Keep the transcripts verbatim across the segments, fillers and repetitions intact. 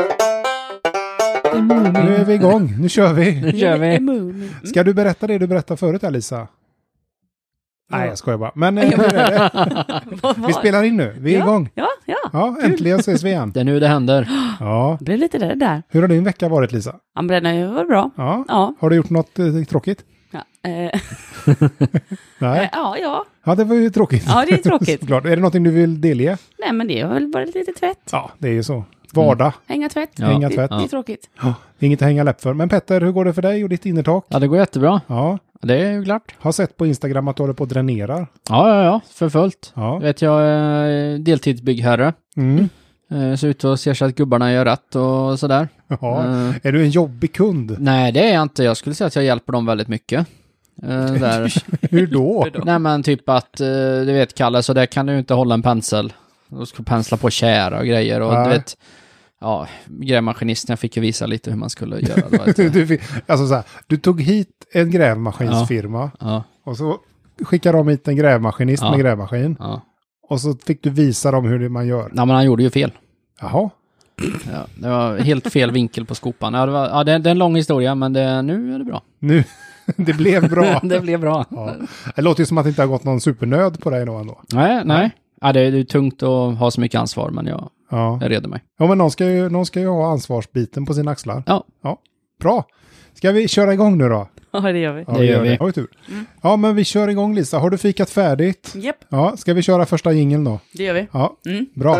Nu är vi igång. Nu kör vi. Nu kör vi. Mm. Ska du berätta det du berättade förut, Alisa? Nej, jag skojar bara. Men eh, hur är det? Vi spelar in nu. Vi är ja, igång. Ja, ja. Ja, äntligen ses vi igen. Det är nu det händer. Ja. Jag blev lite rädd där. Hur har din vecka varit, Lisa? Ja, men den har ju varit bra. Ja. Ja. Har du gjort något eh, tråkigt? Ja, eh, Nej. eh, ja, ja. Ja, det var ju tråkigt. Ja, det är tråkigt. Såklart. Är det någonting du vill delge? Nej, men det har väl varit lite tvätt. Ja, det är ju så. Vardag. Hänga tvätt. Ja. Hänga Det, tvätt. det är tråkigt. Ja. Inget att hänga läpp för. Men Petter, hur går det för dig och ditt innertak? Ja, det går jättebra. Ja. Det är ju klart. Har sett på Instagram att du håller på att dränera. Ja, ja, ja. För fullt. Ja. Vet jag är deltidsbyggherre. Mm. Eh, Så ut och ser så att gubbarna gör rätt och sådär. Ja. Eh, Är du en jobbig kund? Nej, det är jag inte. Jag skulle säga att jag hjälper dem väldigt mycket. Eh, där. Hur då? Nej, men typ att, eh, du vet Kalle, så där kan du inte hålla en pensel. Du ska pensla på kär och grejer. Och Nej. du vet, ja, grävmaskinisten, jag fick ju visa lite hur man skulle göra. Det var lite- du, fick- alltså så här, du tog hit en grävmaskinsfirma ja, och så skickade de hit en grävmaskinist Ja. med grävmaskin. ja. Och så fick du visa dem hur det man gör. Nej, men han gjorde ju fel. Jaha. Ja, det var helt fel vinkel på skopan. Ja, det, var, ja, det, det är en lång historia, men det, nu är det bra. Nu, det blev bra. det blev bra. Ja. Det låter ju som att det inte har gått någon supernöd på dig då ändå. Nej, nej. Ja, det, är, det är tungt att ha så mycket ansvar, men jag, Ja. jag reder mig. Ja, men någon ska, ju, någon ska ju ha ansvarsbiten på sina axlar. Ja. Ja. Bra. Ska vi köra igång nu då? Ja, det gör vi. Ja, Det gör vi. Oj, tur. Ja, men vi kör igång, Lisa. Har du fikat färdigt? Japp, Ja, ska vi köra första jingeln då? det gör vi. Ja, Mm. bra.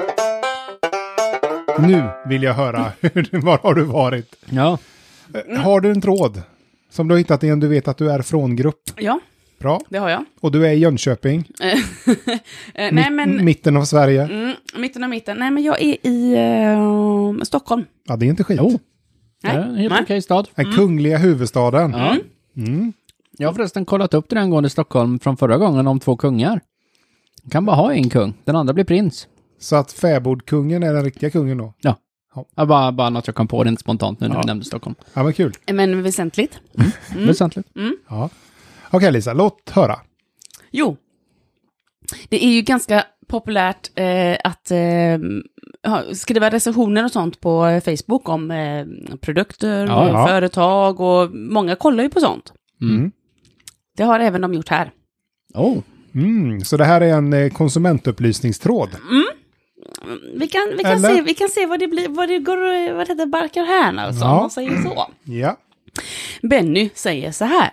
Nu vill jag höra. Var har du varit? Ja. Eh, Har du en tråd som du har hittat i en du vet att du är från grupp? Ja, Bra. det har jag. Och du är i Jönköping? Eh, Nej, men... Mitten av Sverige? Mm, mitten av mitten. Nej, men jag är i uh, Stockholm. Ja, det är inte skit. Jo, det Nej. är en helt Nej. okej stad. Den kungliga huvudstaden. Ja. Mm. Jag har förresten kollat upp det angående Stockholm från förra gången om två kungar. Man kan bara ha en kung, den andra blir prins. Så att fäbodkungen är den riktiga kungen då? Ja. Ja. Ja, bara, bara något jag kom på rent spontant nu när Ja. vi nämnde Stockholm. Ja, men kul. Men väsentligt. Mm. Väsentligt. Ja. Okej, Lisa, låt höra. Jo, det är ju ganska populärt eh, att eh, ha- skriva recensioner och sånt på eh, Facebook om eh, produkter, Ja, och ja. företag och många kollar ju på sånt. Mm. Det har även de gjort här. Oh. Mm. Så det här är en eh, konsumentupplysningstråd. Vi kan, vi kan, Eller? se, vi kan se vad det blir, vad det går, vad det barkar här alltså, Ja. om man säger så. Ja. Benny säger så här.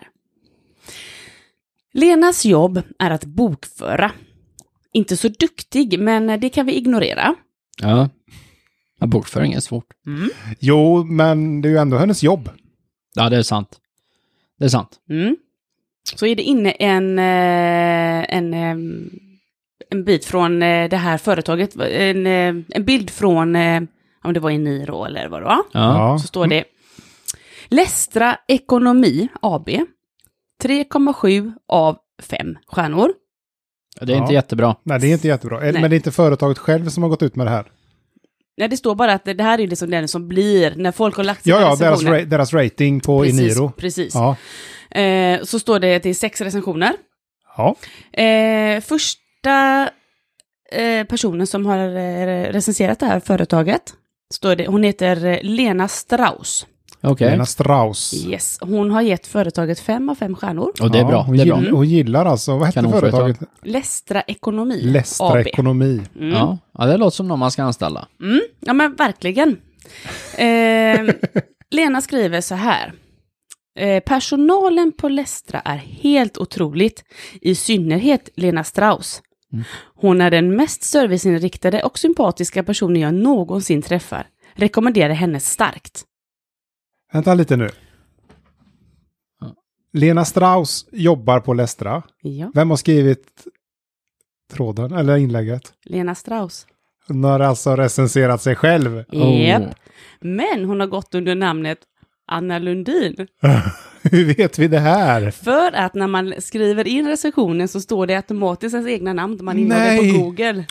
Lenas jobb är att bokföra. Inte så duktig, men det kan vi ignorera. Ja. Ja, bokföring är svårt. Jo, men det är ju ändå hennes jobb. Ja, det är sant. Det är sant. Mm. Så är det inne en, eh, en, eh, en bit från eh, det här företaget, en, eh, en bild från, eh, om det var i Niro eller vad det var. Ja. Så står det Lestra Ekonomi A B, tre komma sju av fem stjärnor. Det är inte Ja. jättebra. Nej, det är inte jättebra. Eller, Nej. men det är inte företaget själv som har gått ut med det här. Nej, det står bara att det, det här är liksom den som blir, när folk har lagt sina Ja, ja, deras, recensioner. ra- deras rating på Precis, Eniro. precis. Ja. Eh, så står det att det är sex recensioner. Ja. Eh, första eh, personen som har eh, recenserat det här företaget, står det, hon heter eh, Lena Strauss. Okej. Lena Strauss. Yes, hon har gett företaget fem av fem stjärnor. Och det är Ja, bra. Hon, Det är bra. gill, hon gillar alltså, vad hette Kanonföretag. företaget? Lestra Ekonomi Lestra A B. Ekonomi. Mm. Ja. ja, det låter som någon man ska anställa. Mm, ja men verkligen. Eh, Lena skriver så här. Eh, personalen på Lestra är helt otroligt, i synnerhet Lena Strauss. Mm. Hon är den mest serviceinriktade och sympatiska personen jag någonsin träffar. Rekommenderar henne starkt. Vänta lite nu. Ja. Lena Strauss jobbar på Lestra. Ja, Vem har skrivit tråden eller inlägget? Lena Strauss. Hon har alltså recenserat sig själv. Oh. Japp. Men hon har gått under namnet Anna Lundin. Hur vet vi det här? För att när man skriver in recensionen så står det automatiskt ens egna namn när man är inne Nej. på Google.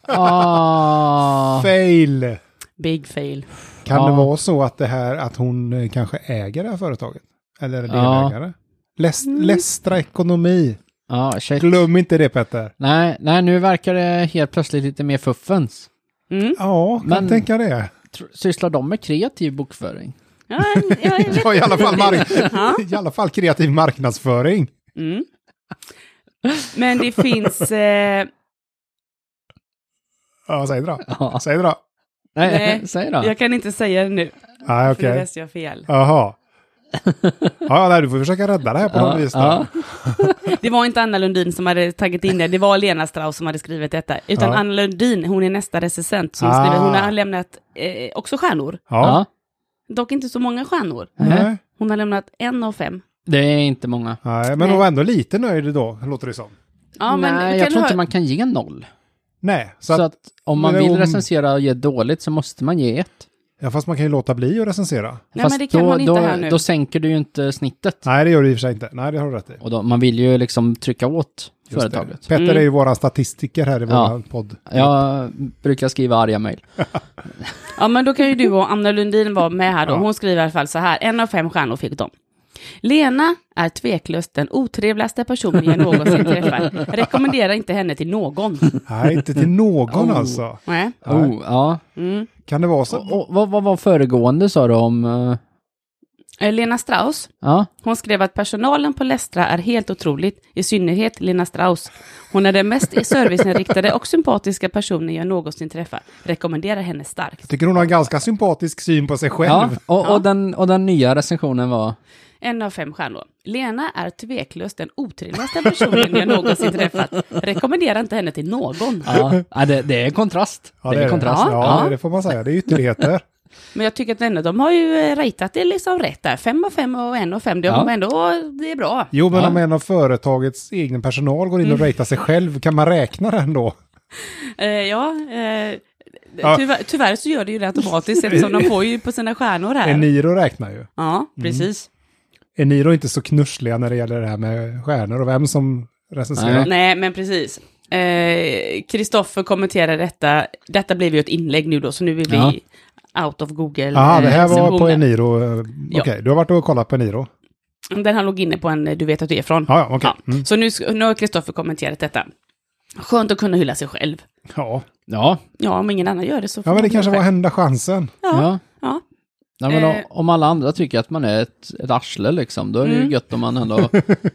Ah. Fail! Big fail. Kan Ja. det vara så att det här att hon eh, kanske äger det här företaget? Eller är Ja. delägare? Les, Lestra Ekonomi. Ja, shit. Glöm inte det, Petter. Nej, nej, nu verkar det helt plötsligt lite mer fuffens. Mm. Ja, kan Men- tänka det. sysslar de med kreativ bokföring? Ja, jag vet. Ja, i alla fall, mark- i alla fall kreativ marknadsföring. Mm. Men det finns... Eh... Ja, säg det då. Ja. Säg det då. Nej, Nej, säg då. jag kan inte säga det nu. Nej, För det okej. läste jag fel. Jaha. Ja, nej, du får försöka rädda det här på Ja, något vis då. ja. Det var inte Anna Lundin som hade tagit in det. Det var Lena Strauss som hade skrivit detta. Utan Ja. Anna Lundin, hon är nästa recensent som Ah. skriver. Hon har lämnat eh, också stjärnor. Ja. Ja. Dock inte så många stjärnor. Nej. Hon har lämnat en av fem. Det är inte många. Nej, men Nej. hon var ändå lite nöjd då, låter det som. Ja, men Nej, kan jag du tror hö- inte man kan ge noll. Nej, så, Så, att, att om man men vill om- recensera och ge dåligt så måste man ge ett. ja, fast man kan ju låta bli att recensera. Nej, Fast men det kan då, hon inte då, här nu. då sänker du ju inte snittet. Nej, det gör det i och för sig inte. Nej, det har du rätt i. Och då, man vill ju liksom trycka åt Just företaget. det. Petter Mm. är ju våran statistiker här i Ja. vår podd. Jag brukar skriva arga mejl. Ja, men då kan ju du och Anna Lundin vara med här då. Ja. Hon skriver i alla fall så här. En av fem stjärnor fick de. Lena är tveklöst den otrevligaste personen jag någonsin träffar. Rekommenderar inte henne till någon. Nej, inte till någon Oh. alltså. Nej. Nej. Oh, ja. Mm. Kan det vara så? Och, och, vad, vad var föregående sa du om... eh, Eh, Lena Strauss, ja, hon skrev att personalen på Lestra är helt otroligt, i synnerhet Lena Strauss. Hon är den mest serviceinriktade och sympatiska personen jag någonsin träffar. Rekommenderar henne starkt. Jag tycker hon har en ganska sympatisk syn på sig själv. ja. Och, Ja. och, den, och den nya recensionen var... En av fem stjärnor. Lena är tveklöst den otrevligaste personen jag någonsin träffat. Rekommenderar inte henne till någon. Ja, ja det, det är kontrast. Ja, det, är kontrast. Ja, Ja. ja, det får man säga. Det är ytterligheter. Men jag tycker att ändå, de har ju eh, ratat det liksom rätt där. Fem av fem och en av fem. Det, Ja. har ändå, det är bra. Jo, men Ja. om en av företagets egen personal går in och ratear sig själv, kan man räkna den då? Eh, ja, eh, Ja. tyvärr, tyvärr så gör det ju det automatiskt eftersom de får ju på sina stjärnor här. Eniro räknar ju. Ja, precis. Eniro är inte så knussliga när det gäller det här med stjärnor och vem som recenserar. Nej. Nej, men precis. Kristoffer eh, kommenterar detta. Detta blev ju ett inlägg nu då, så nu är vi Ja. out of Google. Ja, det här var på recensionen. Eniro. Ja. Okej, du har varit och kollat på Eniro. Den han låg inne på en, du vet att det är från. Ja, ja, okej. Ja. Mm. Så nu, nu har Kristoffer kommenterat detta. Skönt att kunna hylla sig själv. Ja. Ja, Ja, om ingen annan gör det så får ja, men det man kanske göra var själv. hända chansen. Ja, ja. ja. Nej, men Eh. om- om alla andra tycker att man är ett, ett arsle liksom, då är det Mm. ju gött om man ändå...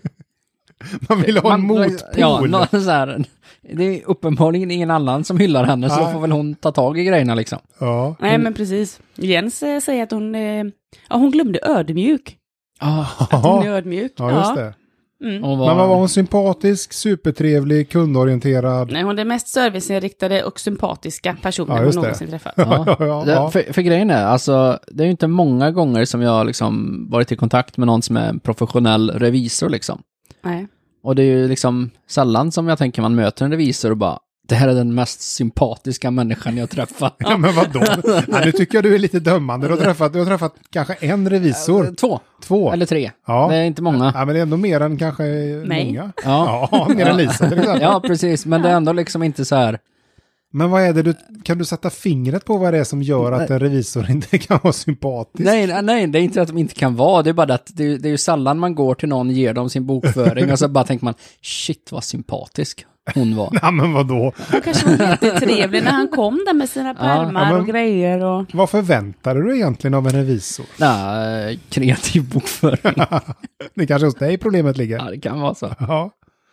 Man vill ha en Man- motpol. Ja, nå- så här, det är uppenbarligen ingen annan som hyllar henne, så Nej. då får väl hon ta tag i grejerna liksom. Ja. Nej, men precis. Jens eh, säger att hon, eh, ja, hon glömde ödmjuk. Ah, Att hon är Ja, ödmjuk. ja, just det. Mm. hon var, Men vad var hon sympatisk, supertrevlig, kundorienterad? Nej, hon är den mest serviceinriktade och sympatiska personen Ja, hon just det. någonsin träffat. Ja. Ja, ja, Det, ja. för, för grejen är, alltså, det är ju inte många gånger som jag har liksom varit i kontakt med någon som är en professionell revisor liksom. Nej. Och det är ju liksom sällan som jag tänker man möter en revisor och bara, det här är den mest sympatiska människan jag träffat. Ja, men vadå? Ja, nu tycker jag du är lite dömande. Du har träffat, du har träffat kanske en revisor. Två, Två. eller tre. Ja. Det är inte många. Ja, men det är ändå mer än kanske Mig. många. Ja. Ja, mer än Lisa till exempel. Ja, precis. Men det är ändå liksom inte så här... Men vad är det du, kan du sätta fingret på vad det är som gör att en revisor inte kan vara sympatisk? Nej, nej, nej, det är inte att de inte kan vara. Det är bara att det, det är ju sällan man går till någon och ger dem sin bokföring och så bara tänker man, shit vad sympatisk hon var. Ja, men vadå? Hon kanske var jättetrevlig när han kom där med sina pärmar ja, men- och grejer. Och... Vad förväntar du dig egentligen av en revisor? Nej, kreativ bokföring. Det kanske hos dig problemet ligger. Ja, det kan vara så. Ja.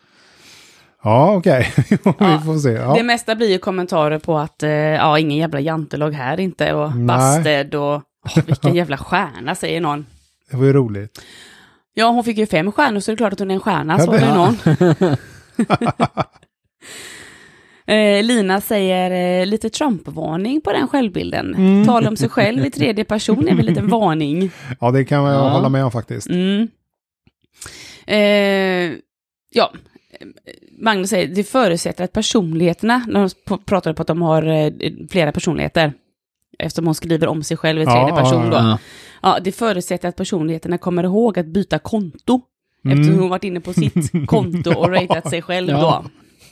Ja, okej. Vi får se. Ja. Det mesta blir ju kommentarer på att eh, ja, ingen jävla jantelag här inte och Nej. Basted och oh, vilken jävla stjärna säger någon. Det var ju roligt. Ja, hon fick ju fem stjärnor så det är klart att hon är en stjärna, Ja, så det- det är någon. eh, Lina säger eh, lite Trump-varning på den självbilden. Mm. Tala om sig själv i tredje person är väl lite varning. Ja, det kan jag Ja. hålla med om faktiskt. Mm. Eh, ja, Magnus säger det förutsätter att personligheterna, när de p- pratar på att de har eh, flera personligheter, eftersom hon skriver om sig själv i tredje Ja, person då. Ja. Ja, det förutsätter att personligheterna kommer ihåg att byta konto. Mm. Eftersom hon varit inne på sitt konto och ratat sig själv Ja. då.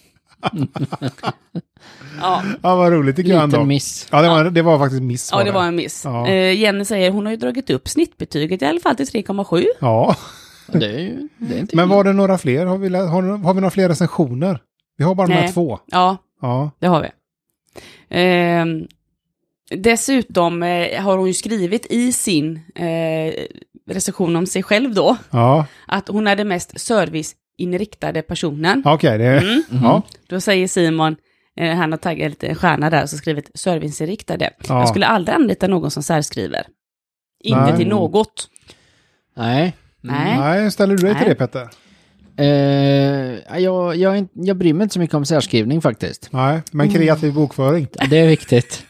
Ja, Ja, vad roligt tycker jag ändå. Lite miss. Ja, det var, det var faktiskt miss. ja, det var en miss. Ja. Eh, Jenny säger hon har ju dragit upp snittbetyget i alla fall till tre komma sju. Ja, Det är ju det är inte men var det några fler? Har vi, har, har vi några fler recensioner? Vi har bara de här Nej. två. Ja, Ja, det har vi. Ehm, Dessutom eh, har hon ju skrivit i sin eh, recension om sig själv då, Ja, att hon är den mest serviceinriktade personen. okej. det är... Mm. Ja. Då säger Simon, eh, han har taggat lite en stjärna där och så skrivit serviceinriktade. Ja. Jag skulle aldrig anlita någon som särskriver. Inte Nej. till något. Nej. Nej. Nej, hur ställer du dig till Nej. det, Petter? Eh, jag, jag, är inte- jag bryr mig inte så mycket om särskrivning faktiskt. Nej, men kreativ bokföring. Ja, det är viktigt.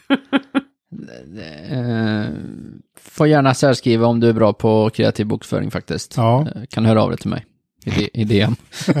eh, får gärna särskriva om du är bra på kreativ bokföring faktiskt. Ja. Eh, kan höra av dig till mig i, D- i D M.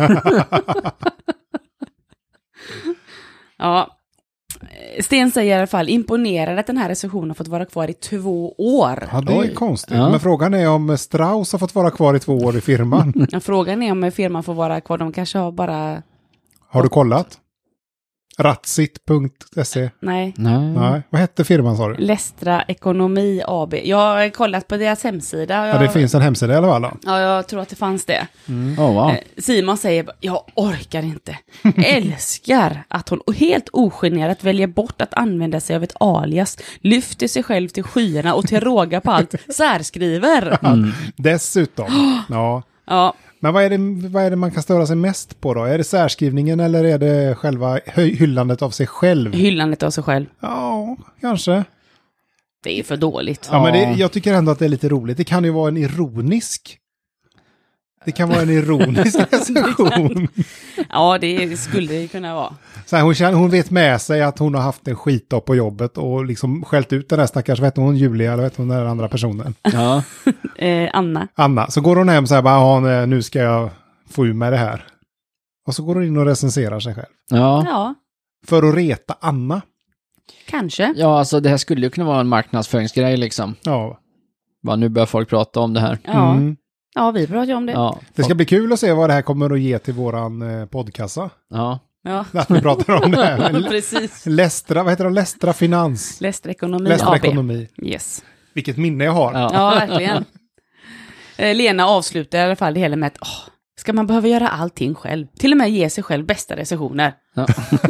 Ja. Sten säger i alla fall, imponerande att den här recensionen har fått vara kvar i två år. Ja, det är Oj. konstigt. Ja. Men frågan är om Strauss har fått vara kvar i två år i firman. Ja, frågan är om firman får vara kvar. De kanske har bara... Har du kollat? Ratsit punkt se. Nej. Nej. Nej, vad hette firman sa du? Lestra Ekonomi A B. Jag har kollat på deras hemsida. Jag, Ja, det finns en hemsida i alla fall. Då. Ja, jag tror att det fanns det. Oh, wow. Eh, Simon säger, jag orkar inte. Älskar att hon helt ogenerat väljer bort att använda sig av ett alias, lyfter sig själv till skyarna och till råga på allt särskriver. Mm. Dessutom. Ja. Ja, Men vad är, det, vad är det man kan störa sig mest på då? Är det särskrivningen eller är det själva höj- hyllandet av sig själv? hyllandet av sig själv. Ja, kanske. Det är för dåligt. Ja, men det, Ja. jag tycker ändå att det är lite roligt. Det kan ju vara en ironisk... Det kan vara en ironisk recension. Ja, det skulle det kunna vara. Så här, hon, känner, hon vet med sig att hon har haft en skitdag på jobbet och liksom skällt ut den där stackars, vet hon Julia eller vet hon den andra personen? Ja. Eh, Anna. Anna. Så går hon hem så här, bara, "Ja, nej, nu ska jag få ur med det här." Och så går hon in och recenserar sig själv. Ja. Ja, För att reta Anna. kanske. Ja, alltså det här skulle ju kunna vara en marknadsföringsgrej liksom. Ja. Va, nu börjar folk prata om det här. Ja, Mm. ja vi pratar ju om det. Ja. Det ska bli kul att se vad det här kommer att ge till våran eh, poddkassa. Ja. Ja, Att vi pratar om det här. precis. Lestra, vad heter det? Lestra Finans. Lestra Ekonomi Lestra A B. Ekonomi. Yes. Vilket minne jag har. Ja. Ja, verkligen. Eh, Lena avslutar i alla fall det hela med att åh, ska man behöva göra allting själv? Till och med ge sig själv bästa recensioner. Ja.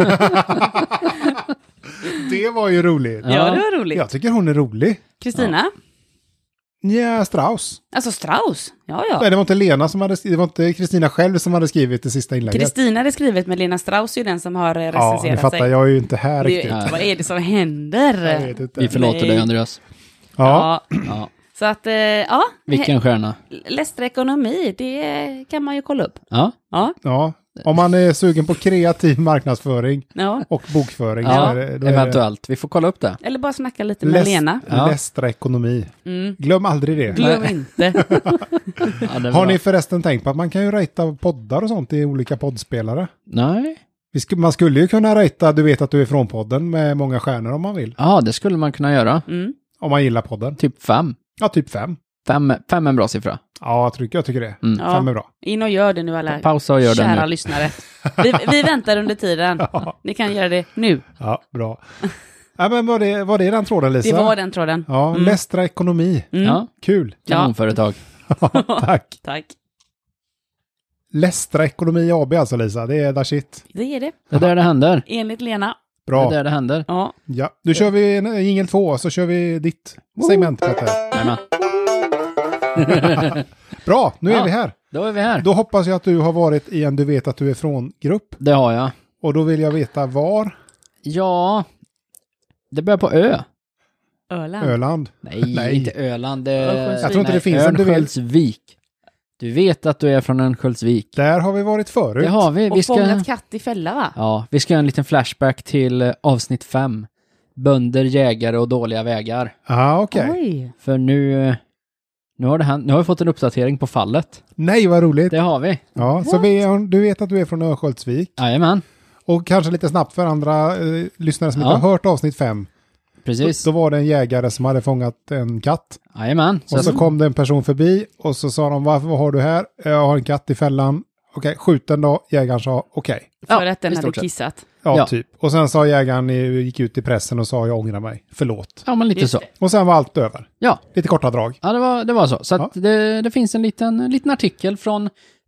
Det var ju roligt. Ja, det var roligt. Jag tycker hon är rolig. Kristina? Ja, Strauss. Alltså Strauss? Ja, ja. Nej, det var inte Lena som hade skrivit, det var inte Kristina själv som hade skrivit det sista inlägget. Kristina hade skrivit, med Lena Strauss är ju den som har eh, Ja, recenserat ni fattar, sig. jag är ju inte här Det- riktigt. Vad är det som händer? Jag vet inte. Vi förlåter Nej. dig, Andreas. Ja, Ja. Ja. Så att, eh, ja. Vilken stjärna. Lestra Ekonomi, det kan man ju kolla upp. Ja. Ja, ja. Om man är sugen på kreativ marknadsföring ja. och bokföring. så Ja, är det, då är det eventuellt. Vi får kolla upp det. Eller bara snacka lite med Läs- Lena. Ja. Lestra Ekonomi. Mm. Glöm aldrig det. Glöm inte. Ja, det är Har bra. ni förresten tänkt på att man kan ju ratea poddar och sånt i olika poddspelare? Nej. Vi sk- man skulle ju kunna ratea Du vet att du är från podden med många stjärnor om man vill. Ja, det skulle man kunna göra. Mm. Om man gillar podden. Typ fem. Ja, typ fem. Fem, fem är en bra siffra. Ja, jag tycker, jag tycker det. Mm. Ja. Fem är bra. In och gör det nu alla Pausa och gör kära det nu. lyssnare. Vi, vi väntar under tiden. Ni kan göra det nu. Ja, bra. Ja, men var det, var det den tråden, Lisa? Det var den tråden. Ja, Mm. Lestra Ekonomi. Mm. Ja, Kul. Ja. kanonföretag. Tack. Tack. Lestra Ekonomi A B alltså, Lisa. Det är där shit. Det är det. Det är där det händer. Enligt Lena. Det Bra. är där det händer. Ja. Ja, nu kör vi en jingel två, så kör vi ditt segment, Petter. Jajamän. Bra, nu är Ja. vi här. Då är vi här. Då hoppas jag att du har varit i en Du vet att du är från-grupp. Det har jag. Och då vill jag veta var. Ja, det börjar på Ö. Öland. Öland. Nej, Nej. inte Öland. Det... Örnsköldsvik. Jag tror inte det Nej, finns en Du vet. Örnsköldsvik. Du vet att du är från Örnsköldsvik. Där har vi varit förut. Det har vi. Vi Och ska... fångat katt i fälla, va? Ja, vi ska göra en liten flashback till eh, avsnitt fem. Bönder, jägare och dåliga vägar. Ja, okej. Oj. För nu, eh, nu, har det hänt, nu har vi fått en uppdatering på fallet. Nej, vad roligt. Det har vi. Ja, så vi, du vet att du är från Örnsköldsvik. Jajamän, Och kanske lite snabbt för andra eh, lyssnare som Ja. inte har hört avsnitt fem. precis. Då, då var det en jägare som hade fångat en katt. Jajamän. Och så kom det en person förbi och så sa de, varför vad har du här? Jag har en katt i fällan. Okej, skjut den då. Jägaren sa okej. För Ja, att den i hade stort sett. kissat. Ja, Ja. typ. Och sen sa jägaren, eh, gick ut i pressen och sa jag ångrar mig. Förlåt. Ja, men lite Just så. det. Och sen var allt över. Ja, Lite korta drag. ja det, var, det var så. Så Ja. att det, det finns en liten, en liten artikel från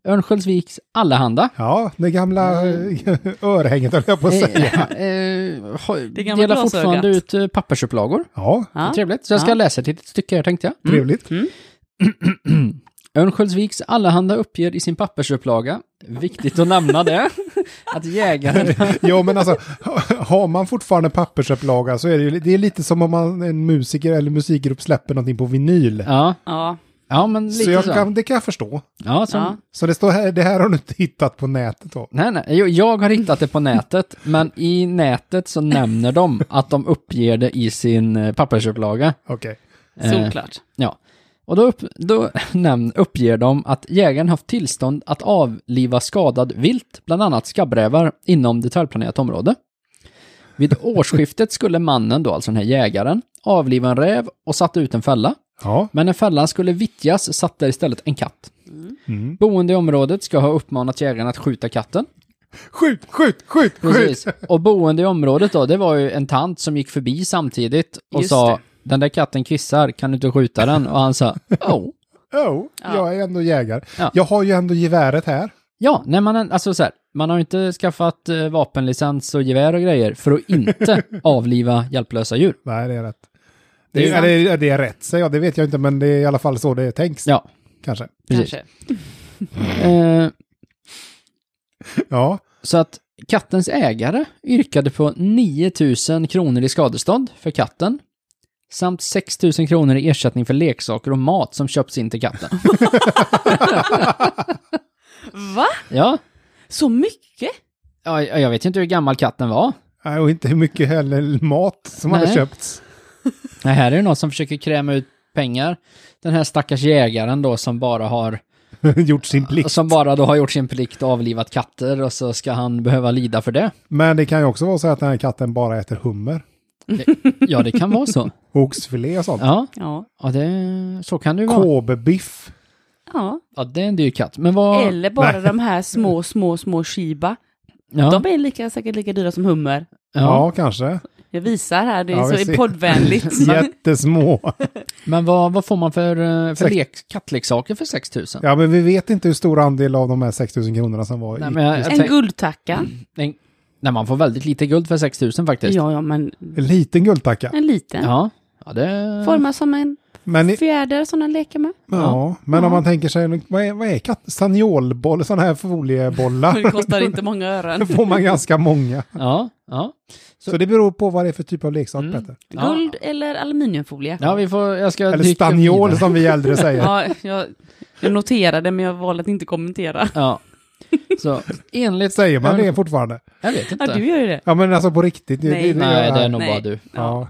Örnsköldsviks Allehanda. Ja, det gamla mm. örhänget höll jag på att säga. Eh, eh, Det gamla delar glasögat. fortfarande ut eh, pappersupplagor. Ja, Ja. Trevligt. Så jag ska Ja. läsa ett litet stycke här, tänkte jag. trevligt. Mm. Örnsköldsviks Allehanda uppger i sin pappersupplaga, viktigt att nämna det, att jägaren... Ja, men alltså, har man fortfarande pappersupplaga så är det ju det är lite som om man en musiker eller musikgrupp släpper någonting på vinyl. Ja, Ja. ja men lite Så, jag så. kan, det kan jag förstå. Ja, som... Ja. Så det står här, det här har du inte hittat på nätet då? Nej, nej. Jo, jag har hittat det på nätet, men i nätet så nämner de att de uppger det i sin eh, pappersupplaga. Okej. Solklart. Ja. Och då, upp, då nämn, uppger de att jägaren haft tillstånd att avliva skadad vilt, bland annat skabbrävar, inom detaljplanerat område. Vid årsskiftet skulle mannen, då alltså den här jägaren, avliva en räv och satte ut en fälla. Ja. Men när fällan skulle vittjas satt där istället en katt. Mm. Boende i området ska ha uppmanat jägaren att skjuta katten. Skjut, skjut, skjut, Precis. skjut! Och boende i området då, det var ju en tant som gick förbi samtidigt och Just sa, det. den där katten kissar, kan du inte skjuta den? Och han sa, oh. Oh, Ja. jag är ändå jägare. Ja. Jag har ju ändå geväret här. Ja, när man, alltså så här, man har ju inte skaffat eh, vapenlicens och gevär och grejer för att inte avliva hjälplösa djur. Nej, det är rätt. Det Det är är, det är, det är rätt, säger jag. Det vet jag inte, men det är i alla fall så det tänks. Ja, Kanske. precis. Kanske. Eh, Ja. så att kattens ägare yrkade på nio tusen kronor i skadestånd för katten samt sex tusen kronor i ersättning för leksaker och mat som köpts in till katten. Va? Ja, Så mycket? ja, jag vet ju inte hur gammal katten var. Nej, och inte hur mycket heller mat som Nej. hade köpts. Nej, här är det någon som försöker kräma ut pengar. Den här stackars jägaren då som bara har Gjort sin plikt. som bara då har gjort sin plikt och avlivat katter och så ska han behöva lida för det. Men det kan ju också vara så att den här katten bara äter hummer. Ja, det kan vara så. Oxfilé och sånt. Ja, Ja. ja det, så kan det ju vara. Kobebiff. Ja. Ja, det är en dyr katt. Men vad... Eller bara Nej. de här små, små, små Shiba. Ja, De är lika, säkert lika dyra som hummer. Ja, ja. kanske. Jag visar här, det är Ja, vi så ser. poddvänligt. Jättesmå. Men vad, vad får man för, eh, för Sex- lek, kattleksaker för sex tusen? Ja, men vi vet inte hur stor andel av de här sex tusen kronorna som var Nej, i. men jag, jag En tänk, guldtacka. en, nej, man får väldigt lite guld för sex tusen faktiskt. Ja, ja, men En liten guldtacka. en liten. Ja, ja det... Formad som en Men, i, fjäder som den leker med. ja, men Ja. om man tänker sig, vad är, vad är katt? Staniolboll, sådana här foliebollar. Det kostar inte många ören. Då får man ganska många. Ja, ja. Så det beror på vad det är för typ av leksak, Mm. Petter. Ja. Guld eller aluminiumfolie. Ja, vi får... Jag ska Eller dyka staniol vidare. som vi äldre säger. Ja, jag, jag noterade men jag valde att inte kommentera. Ja. Så, enligt... Säger man det fortfarande? Jag vet inte. Ja, du gör ju det. Ja, men alltså på riktigt. Det, Nej. det, Nej, det är nog Nej. bara du. Ja.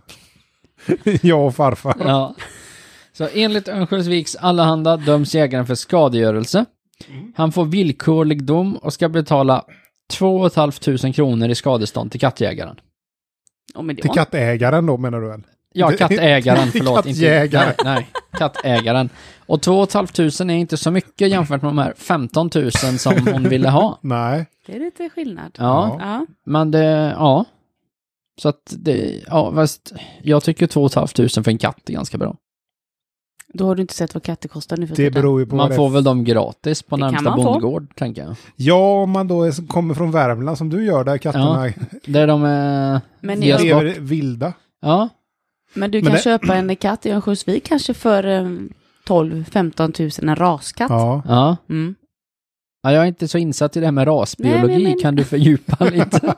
Jag och farfar. Ja. Så enligt Örnsköldsviks Allehanda döms jägaren för skadegörelse. Han får villkorlig dom och ska betala två och ett halvt tusen kronor i skadestånd till kattjägaren. Oh, men det Till var- kattägaren då menar du väl? Ja, kattägaren, Till förlåt. kattjägaren. Inte, nej, nej, kattägaren. Och två och ett halvt tusen är inte så mycket jämfört med de här femton tusen som hon ville ha. Nej. Det är lite skillnad. Ja, Ja. men det, ja. Så att det, ja, fast jag tycker två och ett halvt tusen för en katt är ganska bra. Då har du inte sett vad katter kostar nu för Det tiden. beror ju på Man vad får det väl dem gratis på Det kan närmsta man få. bondgård, tänker jag. Ja, om man då är, kommer från Värmland som du gör där katterna Där de är... Men via jag- sport. lever vilda. Ja, Men du Men kan det- köpa en katt i Örnsköldsvik kanske för eh, tolv femton tusen, en raskatt. Ja. ja. Mm. Ja, jag är inte så insatt i det här med rasbiologi. Nej, men- men- Kan du fördjupa lite?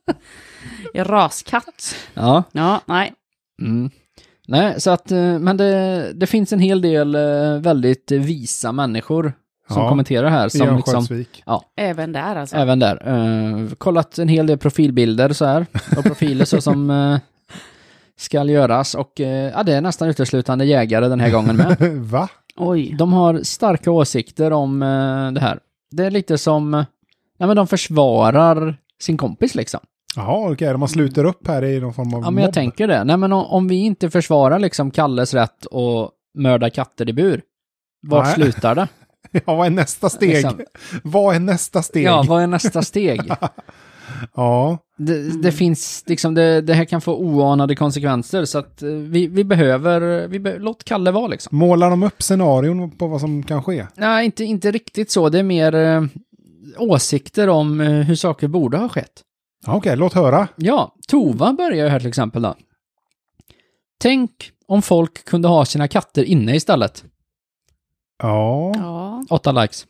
En raskatt. Ja. Ja, nej. Mm. Nej, så att, eh, men det, det finns en hel del eh, väldigt visa människor som Ja. kommenterar här. I Som liksom, Örnsköldsvik. Även där alltså. även där. Eh, kollat en hel del profilbilder så här. Och profiler så som eh, ska göras. Och eh, ja, det är nästan uteslutande jägare den här gången med. Va? Oj. De har starka åsikter om eh, det här. Det är lite som, eh, ja men de försvarar sin kompis liksom. Jaha, okej. De har sluter upp här i någon form av Ja men jag mobb. tänker det. Nej men om, om vi inte försvarar liksom Kalles rätt att mörda katter i bur. Var Nej. slutar det? Ja, vad är nästa steg? Liksom. Vad är nästa steg? Ja, vad är nästa steg? Ja. Det, det finns liksom, det, det här kan få oanade konsekvenser så att vi, vi behöver, vi be, låt Kalle vara liksom. Målar de upp scenarion på vad som kan ske? Nej, inte, inte riktigt så. Det är mer eh, åsikter om eh, hur saker borde ha skett. Okej, okay, låt höra. Ja, Tova börjar ju här till exempel då. Tänk om folk kunde ha sina katter inne istället. Ja. Ja. Åtta likes.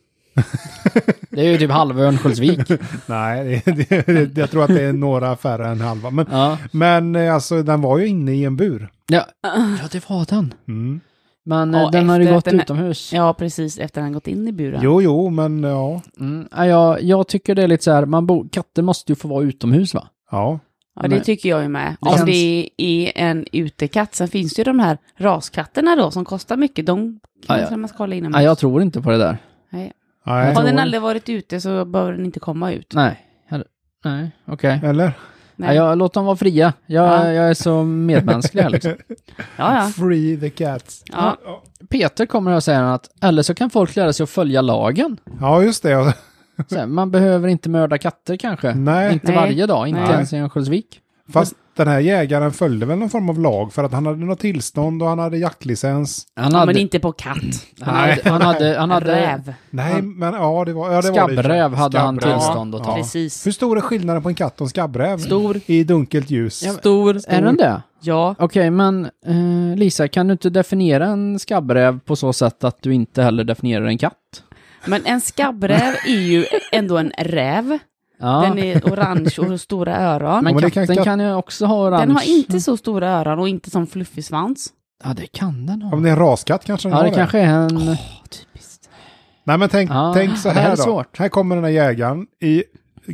Det är ju typ halva Örnsköldsvik. Nej, det, det, det, jag tror att det är några färre än halva. Men, Ja. men alltså, den var ju inne i en bur. Ja, ja det var den. Mm. Men Ja, eh, den har ju efter gått att den- utomhus. Ja, precis. Efter han gått in i buren. Jo, jo, men ja. Mm. Ja, jag, jag tycker det är lite så här, man bo, katter måste ju få vara utomhus va? Ja. Ja, det tycker jag ju med. Det Om känns- det är en utekatt, sen finns det ju de här raskatterna då som kostar mycket. De Ja, kanske ja. man ska hålla inomhus. Nej, jag tror inte på det där. Nej. Nej. Har den aldrig varit ute så behöver den inte komma ut. Nej, Eller- nej, okej. Eller? Nej. Jag låt dem vara fria. Jag, Ja. jag är så medmänsklig här liksom. Ja, ja. Free the cats. Ja. Peter kommer att säga att, eller så kan folk lära sig att följa lagen. Ja, just det. Så här, man behöver inte mörda katter kanske. Nej. Inte Nej. varje dag, inte Nej. ens i Örnsköldsvik. Fast den här jägaren följde väl någon form av lag för att han hade något tillstånd och han hade jaktlicens. Han Ja, hade, men inte på katt. han hade, han hade, han hade Räv. Nej, Han- men ja, det var, ja, det var det. skabbräv hade han Skabbräv. tillstånd att ta. Precis. Hur stor är skillnaden på en katt och en skabbräv? Stor. I dunkelt ljus. Ja, Stor. Är den det? Ja. Okej, men eh, Lisa, kan du inte definiera en skabbräv på så sätt att du inte heller definierar en katt? Men en skabbräv är ju ändå en räv. Ja, Den är orange och har stora öron. men Ja, men det katten kan kan, katt- ju också ha orange. Den har inte så stora öron och inte som fluffig svans. Ja, det kan den Om ha. det är en raskatt kanske den Ja, har det kanske är en... Typiskt. Nej, men tänk, Ja, tänk så det här här är då. svårt. Här kommer den här jägaren i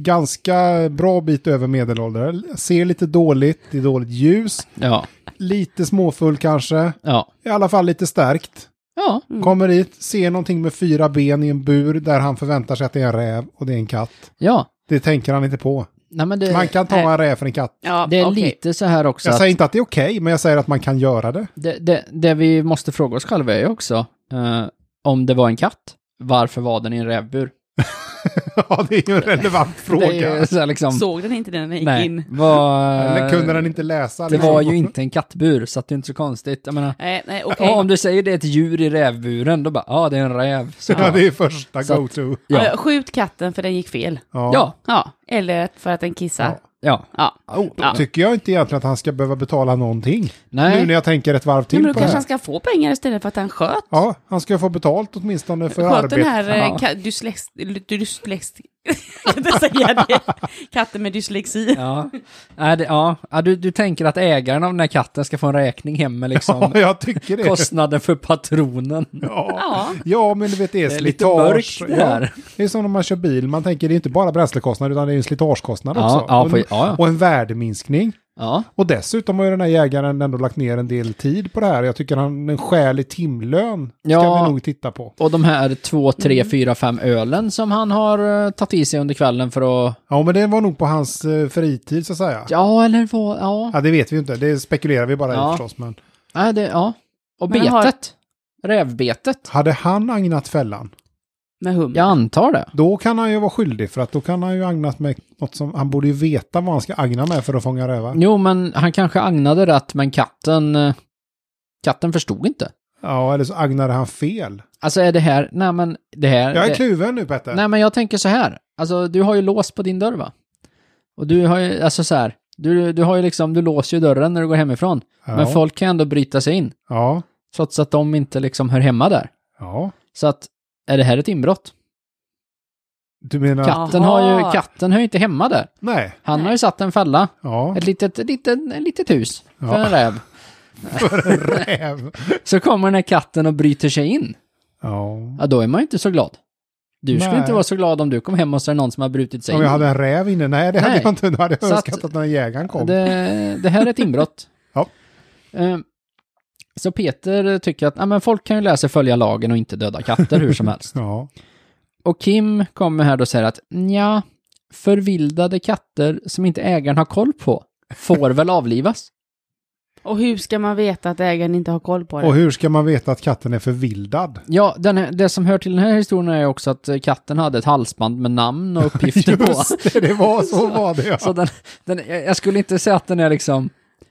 ganska bra bit över medelålder. Ser lite dåligt, i dåligt ljus. Ja, Lite småfull kanske. ja, I alla fall lite stärkt. ja. Mm. Kommer dit, ser någonting med fyra ben i en bur där han förväntar sig att det är en räv och det är en katt. Ja, Det tänker han inte på. nej men det, Man kan ta nej. en räv för en katt. Ja, det är okej. lite så här också Jag att säger inte att det är okej, men jag säger att man kan göra det. det, det, det vi måste fråga oss själva är ju också eh, om det var en katt, varför var den i en rävbur? Ja, det är ju en relevant fråga. Det är ju så här liksom, Såg den inte när den gick nej, in? var, Eller kunde den inte läsa? det liksom? var ju inte en kattbur, så att det är inte så konstigt. Jag menar, Nej, nej, okej. ja, om du säger det är ett djur i rävburen, då bara, ja, det är en räv. Så, Ja, det är första Så att- go-to. ja, Ja. Skjut katten för den gick fel. Ja. ja, Ja, eller för att den kissar. ja. Ja. Oh, Ja. Tycker jag inte egentligen att han ska behöva betala någonting. nej. Nu när jag tänker ett varv Ja, till men då på det kanske här. han ska få pengar istället för att han sköt. Ja, han ska få betalt åtminstone för Sköt arbete. den här Ja. eh, ka- dyslex... dyslex kan inte säga det. Katten med dyslexi. Ja, nej, det, ja. ja du, du tänker att ägaren av den här katten ska få en räkning hem med liksom Ja, jag tycker det. kostnaden för patronen. Ja. Ja. ja, men du vet det är, Det är lite slitage. mörkt det Ja, här. det är som när man kör bil. Man tänker det är inte bara bränslekostnad utan det är en slitagekostnad Ja, också. ja, och, på- en, ja, ja. och en värdeminskning. Ja, Och dessutom har ju den här jägaren ändå lagt ner en del tid på det här. Jag tycker han en skälig timlön ska Ja. vi nog titta på. och de här två, tre, fyra, fem ölen som han har uh, tagit i sig under kvällen för att... Ja, men det var nog på hans eh, fritid så att säga. Ja. Ja, eller vad? Ja. det vet vi ju inte. Det spekulerar vi bara Ja. i förstås. Men Nej, det, ja. Och Men betet. har- Rävbetet. hade han agnat fällan, Med hum. Jag antar det. då kan han ju vara skyldig. För att då kan han ju agnat med något som... Han borde ju veta vad han ska agna med för att fånga rävar. Jo, men han kanske agnade rätt, men katten... eh, Katten förstod inte. Ja, eller så agnade han fel. Alltså är det här... Nej, men det här... Jag är det, kluven nu, Petter. nej, men jag tänker så här. Alltså, du har ju lås på din dörr, va? Och du har ju... Alltså så här. Du, du har ju liksom... Du låser ju dörren när du går hemifrån. Ja. Men folk kan ändå bryta sig in. Ja, Trots att de inte liksom hör hemma där. ja. Så att... Är det här ett inbrott? Du menar... Katten Jaha. har ju... Katten hör ju inte hemma där. Nej. Han har ju satt en fälla. Ja. Ett litet, ett litet, ett litet hus. För Ja. en räv. För en räv. Så kommer den här katten och bryter sig in. Ja. Ja, då är man ju inte så glad. Du skulle Nej. inte vara så glad om du kom hem och så är det någon som har brutit sig Om in. jag hade en räv inne? Nej, det hade Nej. jag inte. Då hade jag Så önskat att- att den här jägaren kom. Det, det här är ett inbrott. Ja. Eh, Så Peter tycker att ja, men folk kan ju lära sig följa lagen och inte döda katter hur som helst. Ja. Och Kim kommer här då och säger att ja, förvildade katter som inte ägaren har koll på får väl avlivas. Och hur ska man veta att ägaren inte har koll på det? Och hur ska man veta att katten är förvildad? Ja, den här, det som hör till den här historien är också att katten hade ett halsband med namn och uppgifter på. Just det, det var så var det. Ja. Så den, den, jag skulle inte säga att den är liksom...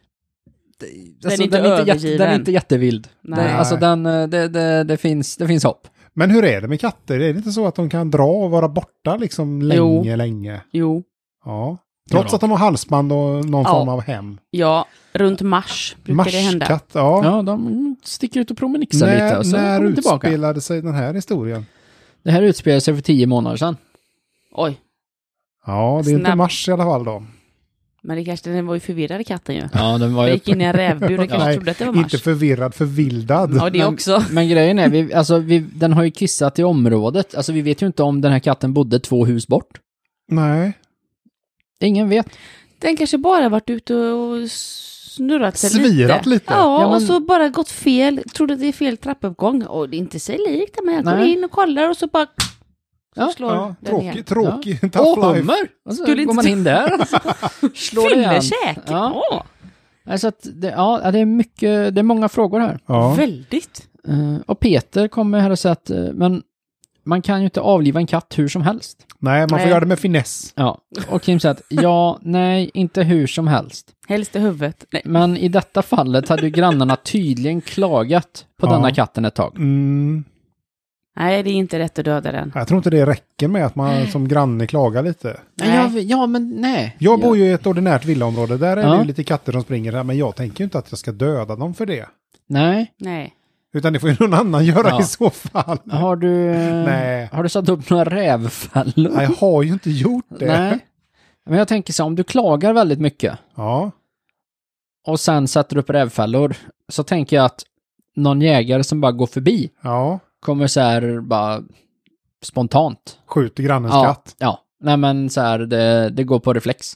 Den Alltså, är inte den, är inte jätte, övergiven. den är inte jättevild. Nej. Den, alltså den, det, det, det, finns, det finns hopp. Men hur är det med katter? Är det inte så att de kan dra och vara borta liksom länge, Jo. länge? Jo. Ja. Trots Ja. att de har halsband och någon Ja. form av hem. Ja, runt mars brukar det hända. Marskatt, ja. Ja, de sticker ut och promenixar lite När, och så när kommer de tillbaka. utspelade sig den här historien? Det här utspelade sig för tio månader sedan. Oj, Ja, det är inte Snabb. mars i alla fall då. men det kanske, den var ju förvirrad katten ju. Ja, den var Jag ju gick in i en rävbur och kanske Nej, trodde att det var mars. inte förvirrad, förvildad. Ja, det men, också. Men grejen är, vi, alltså, vi, den har ju kissat i området. Alltså vi vet ju inte om den här katten bodde två hus bort. Nej. Ingen vet. Den kanske bara varit ute och snurrat sig Svirat lite. lite. Ja, Ja, men- och så bara gått fel. Trodde att det är fel trappuppgång. Och det är inte sig likt, men jag går Nej. in och kollar och så bara... Så Ja, slår Ja, den igen. tråkig, tråkig. Åh, Tough life. hummer! Och så Skulle går inte- man in där och så slår det igen. Fyllekäk! Ja. Ja. Alltså att det, ja, det är mycket, det är många frågor här. Ja. Väldigt. Uh, och Peter kommer här och säger att, uh, men man kan ju inte avliva en katt hur som helst. Nej, man får Nej. göra det med finess. Ja, och Kim säger att ja, nej, inte hur som helst. Helst i huvudet. Nej. Men i detta fallet hade ju grannarna tydligen klagat på Ja. denna katten ett tag. Mm. Nej, det är inte rätt att döda den. Jag tror inte det räcker med att man som granne klagar lite. Nej. Ja, ja, men nej. Jag bor ja. ju i ett ordinärt villaområde. Där är Ja. det ju lite katter som springer här. Men jag tänker ju inte att jag ska döda dem för det. Nej. Nej. Utan det får ju någon annan göra Ja. i så fall. Har du, eh, Nej. har du satt upp några rävfällor? Nej, jag har ju inte gjort det. Nej. Men jag tänker så, om du klagar väldigt mycket Ja. och sen sätter upp rävfällor, så tänker jag att någon jägare som bara går förbi Ja. kommer så här bara spontant. Skjuter grannens Ja, katt. ja. Nej men så här, det, det går på reflex.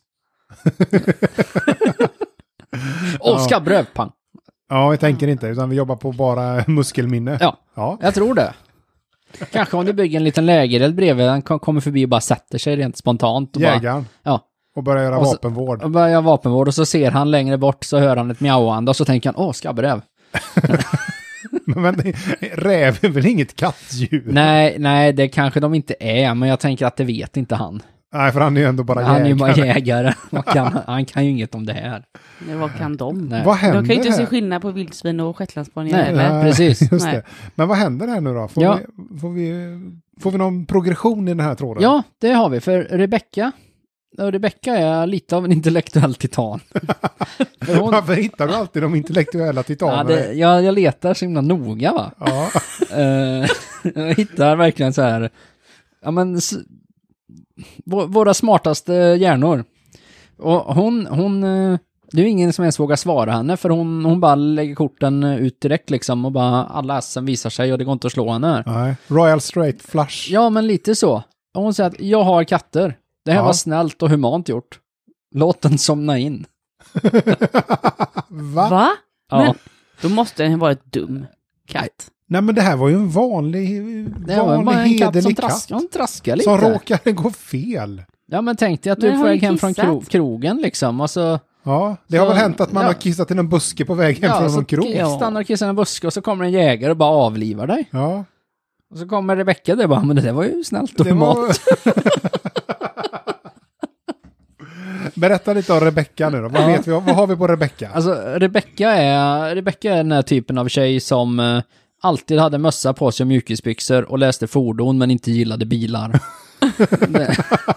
Åh, Ja. skabbräv, pang. Ja, jag tänker inte. Utan vi jobbar på bara muskelminne. Ja, Ja. jag tror det. Kanske om du bygger en liten lägereld bredvid, den kom- kommer förbi och bara sätter sig rent spontant. Och bara, Jägaren. ja, Och börjar göra Och så- vapenvård. och börjar vapenvård och så ser han längre bort så hör han ett mjauande och så tänker han, åh, skabbräv. Men räv är väl inget kattdjur? Nej, nej, det kanske de inte är, men jag tänker att det vet inte han. Nej, för han är ju ändå bara Han är ju jägare. bara jägare. Vad kan, han kan ju inget om det här. Men vad kan de? Nej. Vad De kan händer ju inte här? se skillnad på vildsvin och shetlandsponny Nej, heller. Nej, precis. Just Nej. det. Men vad händer här nu då? Får, Ja. vi, får, vi, får vi någon progression i den här tråden? Ja, det har vi. För Rebecca, och Rebecca är lite av en intellektuell titan. För hon, Varför hittar du alltid de intellektuella ja, titanerna? det, jag, jag letar så himla noga, va? Ja. Eh, jag hittar verkligen så här, ja men, s- vå- våra smartaste hjärnor. Och hon, hon, eh, det är ju ingen som ens vågar svara henne, för hon, hon bara lägger korten ut direkt liksom, och bara alla essen visar sig och det går inte att slå henne här. Nej. Royal Straight Flush. Ja, men lite så. Och hon säger att jag har katter. Det här Ja. var snällt och humant gjort. Låt den somna in. Va? Va? Ja. Men då måste den vara ett dum katt. Nej, men det här var ju en vanlig, Det var vanlig bara en katt som hederlig katt. traskar, hon traskar lite. Som råkade gå fel. Ja, men tänk dig att Men du är den på har väg ju hem från kissat. kro- krogen liksom, och så... Ja, det har Så- väl hänt att man ja. har kissat i någon buske på väg hem från så någon krog. k- Ja. stannar kissar i en buske och så kommer en jägare och bara avlivar dig. Ja, Och så kommer Rebecca där och bara, men det där var ju snällt och det humant. var... Berätta lite om Rebecca nu då. Vad, Ja. vet vi, vad har vi på Rebecca? Alltså, Rebecca är, Rebecca är den här typen av tjej som eh, alltid hade mössa på sig och mjukisbyxor och läste fordon men inte gillade bilar. det,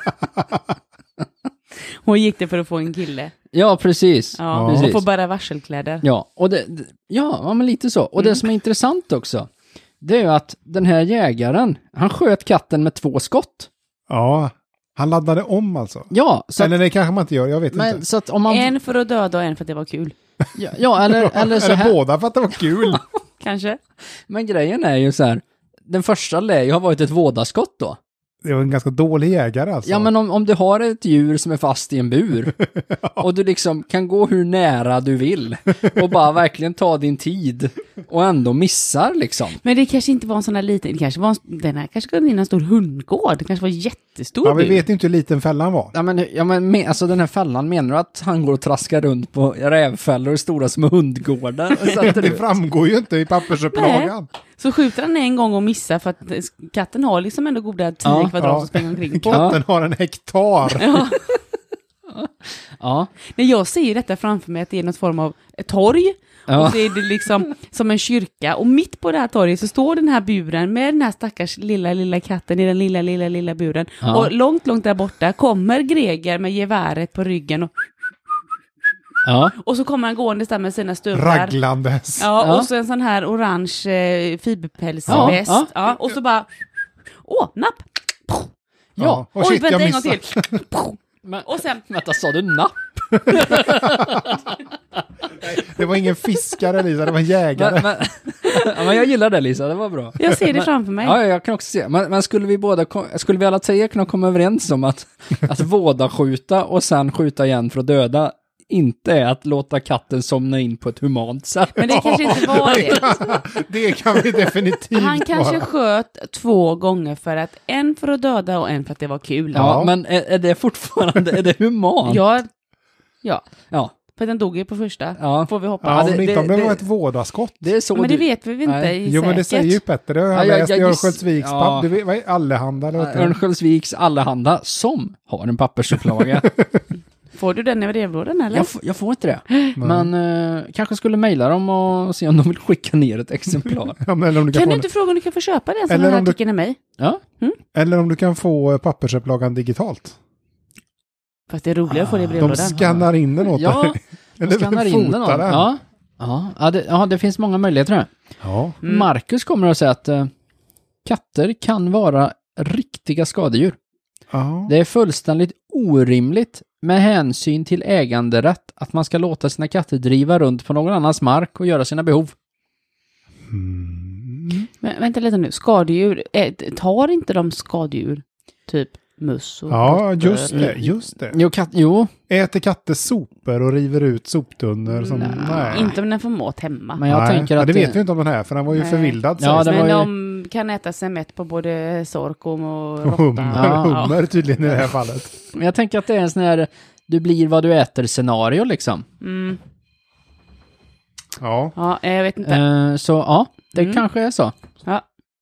Hon gick det för att få en kille. ja, precis. Ja, precis. och få bära varselkläder. Ja, och det, det- ja, ja, men lite så. Och Mm. det som är intressant också, det är ju att den här jägaren, han sköt katten med två skott. Ja, han laddade om alltså. Ja, så att, Eller det kanske man inte gör, jag vet men, inte. så att om man... En för att döda och en för att det var kul. Ja, ja eller, eller så Eller här. båda för att det var kul. Kanske. Men grejen är ju så här, den första lär ju ha varit ett vådaskott då. det var en ganska dålig jägare alltså. Ja, men om, om du har ett djur som är fast i en bur och du liksom kan gå hur nära du vill och bara verkligen ta din tid och ändå missar liksom. Men det kanske inte var en sån här liten, det kanske var en, den här kanske skulle in en stor hundgård, det kanske var jättestor. Ja, vi bur. vet inte hur liten fällan var. Ja, men, ja, men med, alltså den här fällan, menar du att han går och traskar runt på rävfällor stora som hundgårdar? Och sätter Det ut? framgår ju inte i pappersupplagan. Så skjuter han en gång och missar för att katten har liksom ändå goda tio Ja, kvadrat ja. att springa omkring på. Katten har en hektar. Ja. Ja. Nej, jag ser ju detta framför mig att det är något form av ett torg. Ja. Och så är det liksom som en kyrka. Och mitt på det här torget så står den här buren med den här stackars lilla, lilla katten i den lilla, lilla, lilla buren. Ja. Och långt, långt där borta kommer Greger med geväret på ryggen. Och, Ja. och så kommer han gående där med sina stövlar. Raglandes. Ja, Ja. och så en sån här orange eh, fiberpälsväst. Ja, Ja, ja. och så bara... Åh, napp! Ja. Och Oj, shit, vänta jag en gång missade. till. Men, Och sen... vänta, sa du napp? Det var ingen fiskare, Lisa, det var en jägare. Men, men, ja, men jag gillar det, Lisa, det var bra. Jag ser det Men- framför mig. Ja, ja, jag kan också se. Men, men skulle vi båda, kom- skulle vi alla tre kunna komma överens om att, att våda skjuta och sen skjuta igen för att döda inte är att låta katten somna in på ett humant sätt? Men det kanske inte var det. Det kan vi definitivt Han kanske vara. sköt två gånger för att en för att döda och en för att det var kul. Ja, Ja. men är, är det fortfarande, är det humant? Ja, ja. Ja, För den dog ju på första. Ja. Får vi hoppas. Ja, Ja, om det- det inte om det det- var ett vådaskott. det är så Men det du... vet vi väl inte Nej. i Jo, men det säkert. säger ju Petter. Det har jag Ja, jag- läst jag i giss- Örnsköldsviks ja. papp. Du vet, vad är Allehanda? eller vad heter det? Örnsköldsviks Allehanda som har en pappersupplaga. Får du den i brevlådan eller? jag, f- jag får inte det. Men eh, kanske skulle mejla dem och se om de vill skicka ner ett exemplar. Ja, men eller, om du kan Kan få du en, inte fråga om du kan få köpa den som Eller den här om du- artikeln är mig? Ja, eller om du kan få eh, pappersupplagan digitalt. Fast det är roligare att få det i De brevlådan. skannar in den åt ja dig. de Eller skannar in den. fotar den. Ja, ja, ja, det, ja, det finns många möjligheter här. Ja. Mm. Marcus kommer att säga att eh, katter kan vara riktiga skadedjur. Ja. Det är fullständigt orimligt med hänsyn till äganderätt att man ska låta sina katter driva runt på någon annans mark och göra sina behov. Mm. Men vänta lite nu, skadedjur, eh, tar inte de skadedjur? Typ mus och Ja, råttor just det, eller- just det. Jo, katt, jo Äter katter sopor och river ut soptunnor? Som, Nej, nej. inte om den får mat hemma. men jag nej. tänker Ja, att... det vet vi inte om den här, för den var ju Nej. förvildad. Ja, sägs det det. var Men ju- de kan äta sig mätt på både sorkom och Och råtta. hummer, Ja. hummer tydligen i det här fallet. Men jag tänker att det är en sån här du blir vad du äter scenario liksom. Mm. Ja. Ja, jag vet inte. Eh, så ja, det Mm. kanske är så. Ja.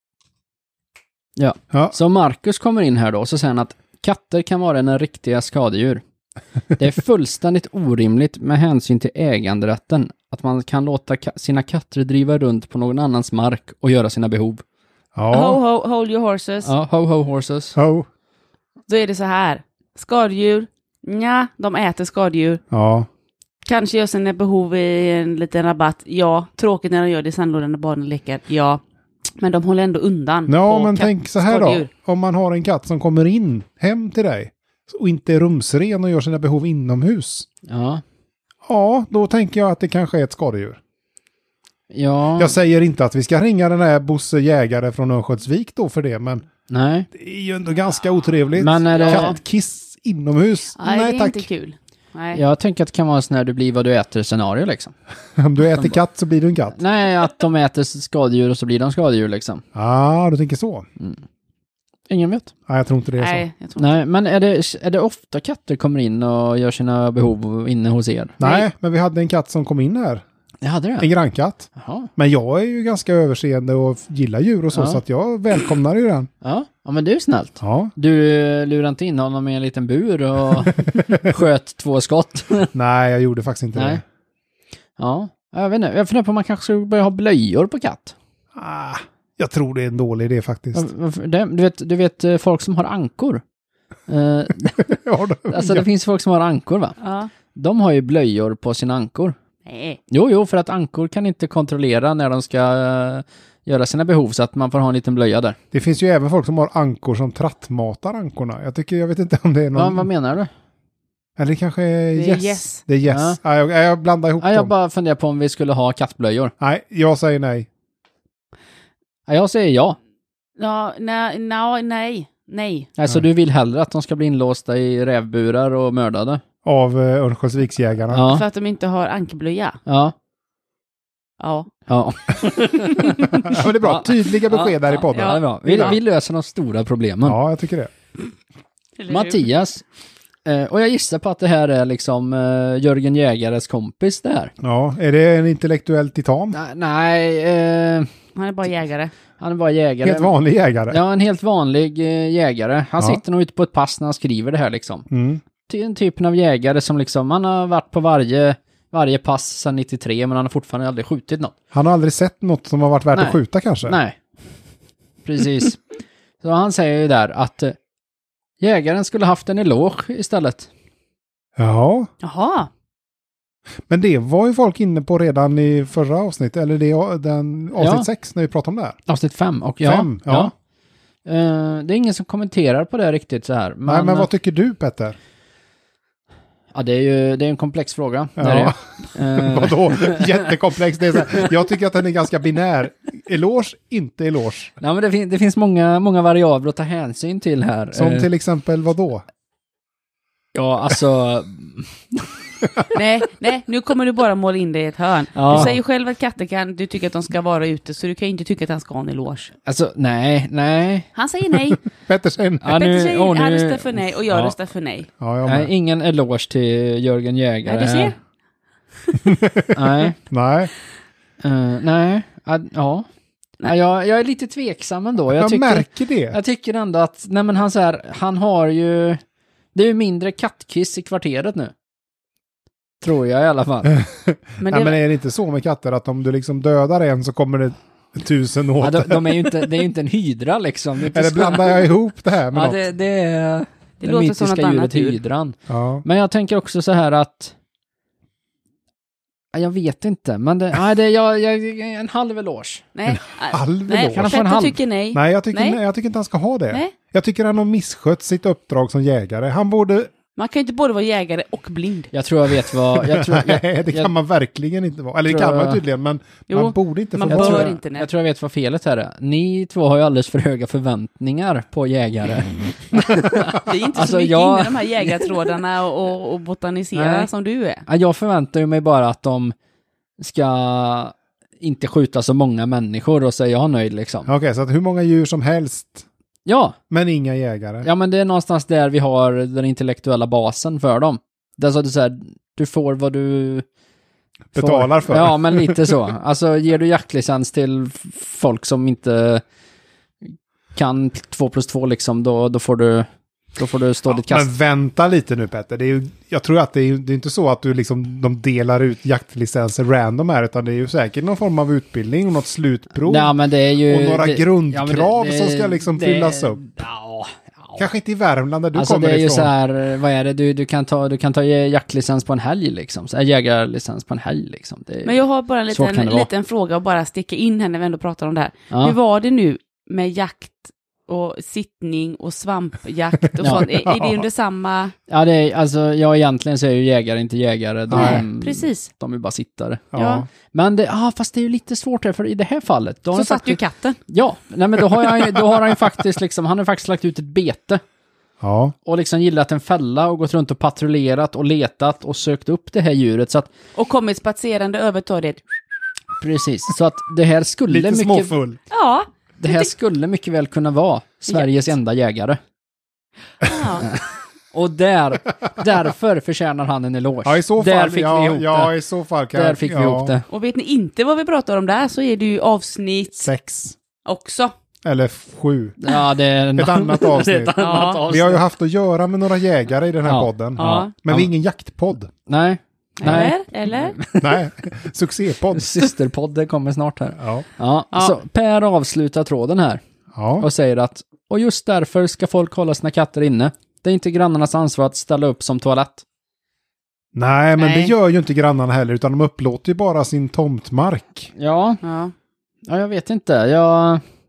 Ja. Ja. Så Marcus kommer in här då, så säger han att katter kan vara en riktiga skadedjur. Det är fullständigt orimligt med hänsyn till äganderätten att man kan låta ka- sina katter driva runt på någon annans mark och göra sina behov. Ho, Ja. ho, hold your horses. Ja, ho ho horses. Ho. Då är det så här. Skadedjur, ja, de äter skadedjur. Ja. Kanske gör sina behov i en liten rabatt. Ja, tråkigt när de gör det i sandlådan när barnen leker. Ja, men de håller ändå undan. Ja, på men katt- tänk så här då. skadedjur. Om man har en katt som kommer in hem till dig och inte är rumsren och gör sina behov inomhus. Ja. Ja, då tänker jag att det kanske är ett skadedjur. Ja. Jag säger inte att vi ska ringa den här Bosse jägare från Örnsköldsvik då för det, men Nej. det är ju ändå ganska otrevligt. Men är det- Kattkiss inomhus? Nej, Nej, det är tack. inte kul. Nej. Jag tänker att det kan vara sån här du blir vad du äter scenario liksom. Om du äter katt så blir du en katt. Nej, att de äter skadedjur och så blir de skadedjur liksom. Ja, ah, du tänker så. Ingen vet. Nej, jag tror inte det är Nej, jag tror Nej, men är det, är det ofta katter kommer in och gör sina behov inne hos er? så. Nej, Nej. men vi hade en katt som kom in här. Jag hade En det? grannkatt. Jaha. Men jag är ju ganska överseende och gillar djur och så, Ja. så att jag välkomnar ju den. Ja, ja men det är snällt. Ja. Du eh, lurade inte in honom i en liten bur och sköt två skott. Nej, jag gjorde faktiskt inte Nej. det. Ja, jag vet inte. Jag funderar på om man kanske skulle börja ha blöjor på katt. Ah, jag tror det är en dålig idé faktiskt. Ja, varför det? Du vet, du vet eh, folk som har ankor. Eh, Ja, då- alltså det finns folk som har ankor va? Ja. De har ju blöjor på sina ankor. Nej. Jo, jo, för att ankor kan inte kontrollera när de ska eh, göra sina behov så att man får ha en liten blöja där. Det finns ju även folk som har ankor som trattmatar ankorna. Jag tycker, jag vet inte om det är någon... Va, vad menar du? Eller det kanske är Det är yes. yes. Det är yes. Ja. jag, jag blandar ihop Ja, jag dem. bara funderar på om vi skulle ha kattblöjor. Nej, jag säger nej. Ja, jag säger ja. Ja, nej, nej, nej, Nej. Alltså Nej. du vill hellre att de ska bli inlåsta i rävburar och mördade? Av uh, Örnsköldsviksjägarna. Ja. För att de inte har ankelblöja. Ja. Ja. Ja. Ja, det är bra. Tydliga besked där i podden. Ja, det är bra. Vi, vi löser de stora problemen. Ja, jag tycker det. Eller hur? Mattias, eh, och jag gissar på att det här är liksom eh, Jörgen Jägares kompis där. Ja, är det en intellektuell titan? Nej, nej eh, Han är bara jägare. han är bara jägare. Helt vanlig jägare? Ja, en helt vanlig eh, jägare. Han Ja. sitter nog ute på ett pass när han skriver det här liksom. Mm. Ty- En typen av jägare som liksom, han har varit på varje, varje pass sedan nittiotre, men han har fortfarande aldrig skjutit något. Han har aldrig sett något som har varit värt Nej. att skjuta kanske? Nej, precis. Så han säger ju där att eh, jägaren skulle haft en eloge istället. Ja, Jaha. men det var ju folk inne på redan i förra avsnittet, eller det, den avsnitt Ja. sex när vi pratade om det här. Avsnitt fem. Och ja, Fem, ja. ja. Eh, det är ingen som kommenterar på det riktigt så här. Nej, men vad tycker du, Petter? Ja, det är ju det är en komplex fråga. Ja. Det är det. Eh, Vadå? Jättekomplex. Det är så här, jag tycker att den är ganska binär. Eloge, inte eloge. nej, men det, fin- det finns många, många variabler att ta hänsyn till här. Som Eh, till exempel vadå? Ja, alltså... Nej, nej, nu kommer du bara måla in dig i ett hörn. Ja. Du säger själv att katter kan, du tycker att de ska vara ute, så du kan ju inte tycka att han ska ha en eloge. Alltså, nej, nej. Han säger nej. Petter säger nej. Ja, Petter nu, säger, åh, nu, han röstar för nej och jag Ja. röstar för nej. Ja, jag nej, med. ingen eloge till Jörgen Jägare. Ja, du ser. Nej. Nej, Uh, nej. Ja, ja. Nej, jag, jag är lite tveksam ändå. Jag, jag, tycker, märker det. jag tycker ändå att, nej men han så här, han har ju, det är ju mindre kattkiss i kvarteret nu. Tror jag i alla fall. Men Nej, det, men är det inte så med katter att om du liksom dödar en så kommer det tusen Ja, åter? de, de är ju inte, det är ju inte en hydra liksom. Det är inte Eller så- blandar jag ihop det här med Ja, något? det, det är Det det, låter som mytiska något annat djuret djur. hydran. Ja. Men jag tänker också så här att, ja, jag vet inte, men det, nej, det, jag, jag, en halv eloge. nej, halv nej, eloge. Kan han få en Petter halv? tycker nej. Nej, jag tycker, Nej. nej, jag tycker inte han ska ha det. Nej. Jag tycker han har misskött sitt uppdrag som jägare. Han borde... Man kan ju inte både vara jägare och blind. Jag tror jag vet vad, jag tror, jag, Nej, det kan jag- man verkligen inte vara. Eller det tror kan man jag- tydligen, men Jo, man borde inte få man jag, vara bör tror, det. inte, nej. jag tror jag vet vad felet här är. Ni två har ju alldeles för höga förväntningar på jägare. Vi är inte Alltså, så mycket jag- inne i de här jägartrådarna och, och, och botanisera Nej. som du är. Ja, jag förväntar ju mig bara att de ska inte skjuta så många människor och säga jag är nöjd liksom. Okej, så att hur många djur som helst, Ja, men inga jägare. ja men det är någonstans där vi har den intellektuella basen för dem. Det är så att du säger, du får vad du Betalar får. för. Ja, men lite så. Alltså ger du jaktlicens till f- folk som inte kan två plus två liksom, då, då får du då får du stå ditt kast. Men vänta lite nu, Petter. Det är ju, jag tror att det är, det är inte så att du liksom, de delar ut jaktlicenser random här, utan det är ju säkert någon form av utbildning och något slutprov. Ja, men det är ju... Och några det, grundkrav som ska liksom det- fyllas upp. Ja, ja. Kanske inte i Värmland där du Alltså kommer det är ju ifrån. så här, vad är det, du, du, kan ta, du kan ta jaktlicens på en helg liksom, så här, jägarlicens på en helg liksom. Det, Men jag har bara en Svårt liten, kan det vara. liten fråga och bara sticka in här när vi ändå pratar om det här. ja. Hur var det nu med jakt och sittning och svampjakt och Ja. sånt? Är, är det under samma... Ja, det är, alltså, ja, egentligen så är ju jägare inte jägare. De, Nej, precis. De är bara sittare. Ja. Ja. Men det, ah, fast det är ju lite svårt här, för i det här fallet... Då har Så han satt ju faktiskt, katten. ja, nej men då har, han, ju- då har han ju faktiskt liksom, han har faktiskt lagt ut ett bete. Ja. Och liksom gillat en fälla och gått runt och patrullerat och letat och sökt upp det här djuret. Så att, Och kommit spatserande över torget. precis, så att det här skulle Lite mycket... småfull. Ja. Det här skulle mycket väl kunna vara Sveriges enda jägare. ja. Och där, därför förtjänar han en eloge. Ja, i så där fall. fick ja, vi ihop ja, det. i så fall kan Där fick ja, vi ihop det. Och vet ni inte vad vi pratar om där, så är det ju avsnitt Sex. också. Eller sju. Ja, det är en Ett annat avsnitt. det är ett annat Ja. avsnitt. Vi har ju haft att göra med några jägare i den här Ja. podden. Ja. Men vi är ingen jaktpodd. Nej, nej. Eller? Eller? Nej, succépodd. Systerpodden kommer snart här. Ja. Ja, Ja. så Per avslutar tråden här Ja. och säger att och just därför ska folk hålla sina katter inne. Det är inte grannarnas ansvar att ställa upp som toalett. Nej, men Nej. det gör ju inte grannarna heller, utan de upplåter ju bara sin tomtmark. Ja, Ja. ja jag vet inte. Jag...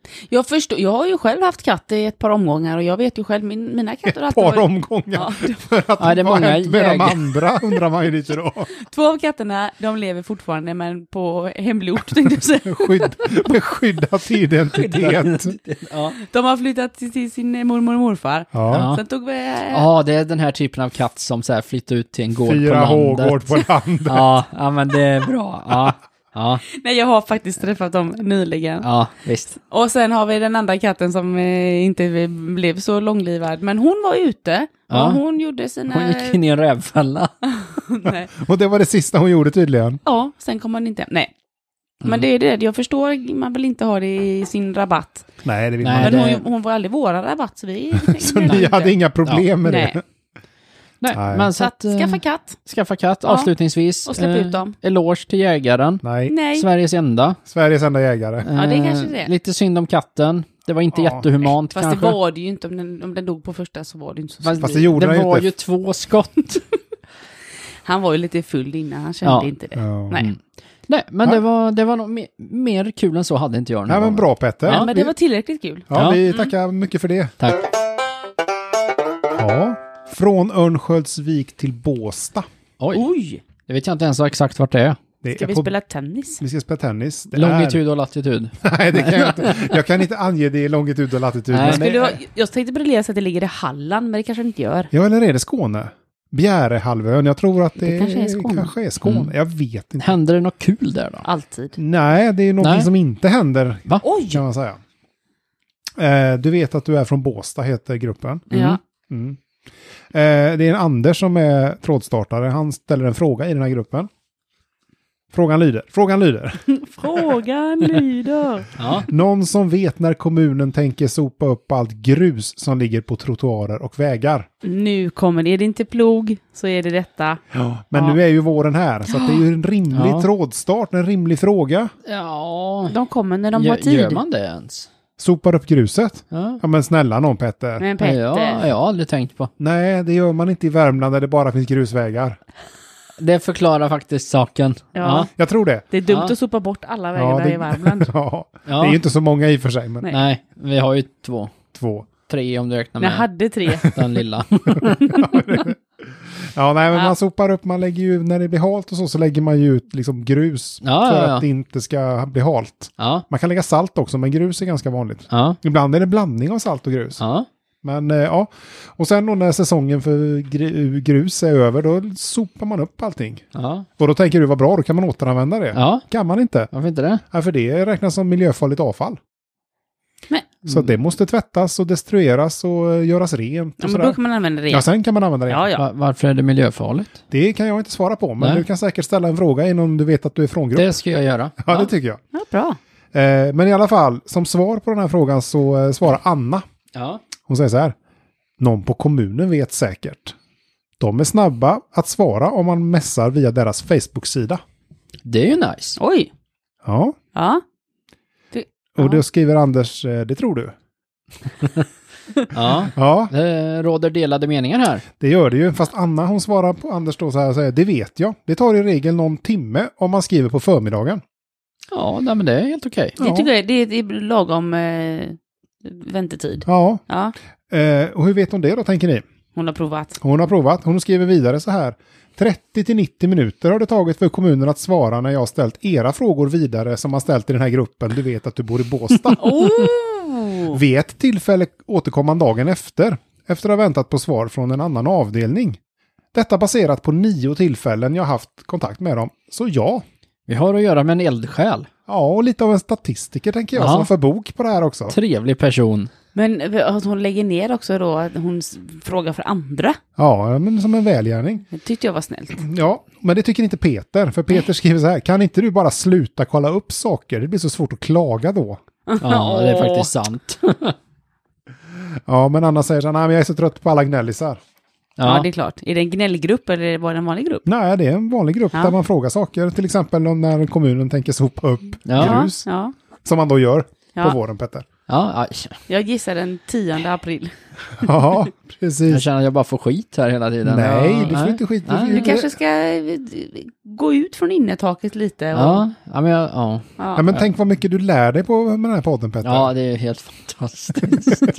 Jag förstår, jag har ju själv haft katt i ett par omgångar och jag vet ju själv, min, mina katter har Ett alltid par varit- omgångar. Ja, För att Ja, det är vad har många hänt med de jägare. andra undrar man ju lite då. två av katterna, de lever fortfarande men på hemlig ort tänkte jag säga. Skydd, med skyddat identitet. Ja. De har flyttat till, till sin mormor och morfar. Ja. Ja. Sen tog vi... Ja, det är den här typen av katt som så här flyttar ut till en gård Fyra på landet. H-gård på landet. Ja, ja, men det är bra. Ja, ja, Nej, jag har faktiskt träffat dem nyligen. ja visst. Och sen har vi den andra katten som eh, inte blev så långlivad. Men hon var ute Ja. och hon gjorde sina... Hon gick in i en rävfälla. Nej. Och det var det sista hon gjorde tydligen. Ja, sen kom hon inte... Nej. Mm. Men det är det, jag förstår, man vill inte ha det i sin rabatt. Nej, det vill Nej, man Men inte. det- hon, hon var aldrig våra rabatt, så vi... Så ni hade inga problem med Nej. det? Nej, Nej. men Så så att, att... eh, skaffa katt. Skaffa katt, Ja. avslutningsvis. Och släpp eh, ut dem. Eloge till jägaren. Nej. Nej. Sveriges enda. Sveriges enda jägare. Ja, det är Eh, kanske det. Lite synd om katten. Det var inte Ja. jättehumant Fast kanske. det var det ju inte, om den, om den dog på första så var det inte så Fast, Fast det gjorde det den ju var inte. ju två skott. Han var ju lite full innan, han kände Ja. inte det. Ja. Nej. Mm. Nej, men Ja. det var, det var nog mer, mer kul än så hade inte jag den här Nej, men gången. bra Petter. Ja, Ja, men det var tillräckligt kul. Ja, Ja. vi tackar mycket för det. Tack. Ja. Från Örnsköldsvik till Båstad. Oj, Oj! det vet jag inte ens exakt vart det är. Det Ska är vi på- spela tennis? Vi ska spela tennis. Det Longitud och latitud. Är... Nej, det kan jag inte. Jag kan inte ange det i longitud och latitud. Nej. Men Skulle det jag, är... jag tänkte briljera så att det ligger i Halland, men det kanske det inte gör. Ja, eller är det Skåne? Bjärehalvön. Jag tror att det, Det kanske är Skåne. kanske är Skåne. Mm. Jag vet inte. Händer det något kul där då? Alltid. Nej, det är något Nej. som inte händer, Va? Oj! kan man säga. Eh, du vet att du är från Båstad, heter gruppen. Ja. Mm. Eh, det är en Anders som är trådstartare. Han ställer en fråga i den här gruppen. Frågan lyder. Frågan lyder. Frågan lyder. Ja. Någon som vet när kommunen tänker sopa upp allt grus som ligger på trottoarer och vägar. Nu kommer det. Är det inte plog så är det detta. Men Ja. nu är ju våren här, så att det är ju en rimlig Ja. trådstart, en rimlig fråga. Ja. De kommer när de har Gör, tid. gör man det ens? Sopar upp gruset. Ja. Ja, men snälla någon Petter. Men Petter. Ja, jag har aldrig tänkt på. Nej, det gör man inte i Värmland där det bara finns grusvägar. Det förklarar faktiskt saken. Ja. Jag tror det. Det är dumt Ja. att sopa bort alla Ja, vägarna det- i Värmland. Ja. Ja. Det är ju inte så många i och för sig, men Nej. Nej, vi har ju två. två. Tre om du räknar Jag med hade tre. den lilla. Ja, nej, men Ja. man sopar upp, man lägger ju, när det blir halt och så, så lägger man ju ut liksom grus Ja, för ja, ja. att det inte ska bli halt. Ja, Man kan lägga salt också, men grus är ganska vanligt. ja, Ibland är det blandning av salt och grus. ja. Men eh, ja, och sen då när säsongen för gr- grus är över, då sopar man upp allting. Ja, Och då tänker du, vad bra, då kan man återanvända det. ja. Kan man inte. Varför inte det? Ja, för det räknas som miljöfarligt avfall. Men, Så det måste tvättas och destrueras och eh, göras rent. ja, Och men sådär. då kan man använda det. Ja, sen kan man använda det. Ja, ja. Va- varför är det miljöfarligt? Det kan jag inte svara på, men Nej. du kan säkert ställa en fråga innan du vet att du är frångrupp. Det ska jag göra. Ja, det tycker jag. Ja, bra. Eh, men i alla fall, som svar på den här frågan så eh, svarar Anna. Ja. Hon säger så här. Någon på kommunen vet säkert. De är snabba att svara om man mässar via deras Facebook-sida. Det är ju nice. Oj. Ja, Ja. Det, och ja. då skriver Anders, eh, det tror du. Ja. Ja, Det råder delade meningar här. det gör det ju. Fast Anna hon svarar på Anders då så här och säger, det vet jag. Det tar i regel någon timme om man skriver på förmiddagen. Ja, nej, men det är helt okej. Det Ja. tycker jag det är, det är lagom eh, väntetid. Ja, Ja, eh, och hur vet hon det då, tänker ni? hon har provat. Hon har provat. Hon skriver vidare så här. trettio till nittio minuter har det tagit för kommunen att svara när jag har ställt era frågor vidare som har ställt i den här gruppen. Du vet att du bor i Båstad. Oh! Vid ett tillfälle återkom man dagen efter. Efter att ha väntat på svar från en annan avdelning. Detta baserat på nio tillfällen jag haft kontakt med dem. Så ja. Vi har att göra med en eldsjäl. Ja, och lite av en statistiker tänker jag Ja. som för bok på det här också. Trevlig person. Men att hon lägger ner också då, att hon s- frågar för andra. Ja, men som en välgärning. Det tyckte jag var snällt. Ja, men det tycker inte Peter. För Peter skriver så här. Kan inte du bara sluta kolla upp saker? Det blir så svårt att klaga då. Ja, det är faktiskt sant. Ja, men Anna säger så här. Nej, men jag är så trött på alla gnällisar. Ja, Ja, det är klart. Är det en gnällgrupp eller var det en vanlig grupp? Nej, det är en vanlig grupp Ja. där man frågar saker. Till exempel om när kommunen tänker sopa upp Ja. grus. Ja, Som man då gör ja. på våren, Petter. Ja, aj. Jag gissar den tionde april. Ja, Jag precis. känner att jag bara får skit här hela tiden. Nej, ja, du får inte skit. Du, Nej. får Du ju- kanske ska eh, gå ut från innetaket lite. Och, Ja, ja, men jag, ja. ja. Ja, men tänk vad mycket du lär dig på med den här podden, Petter. ja, det är helt fantastiskt.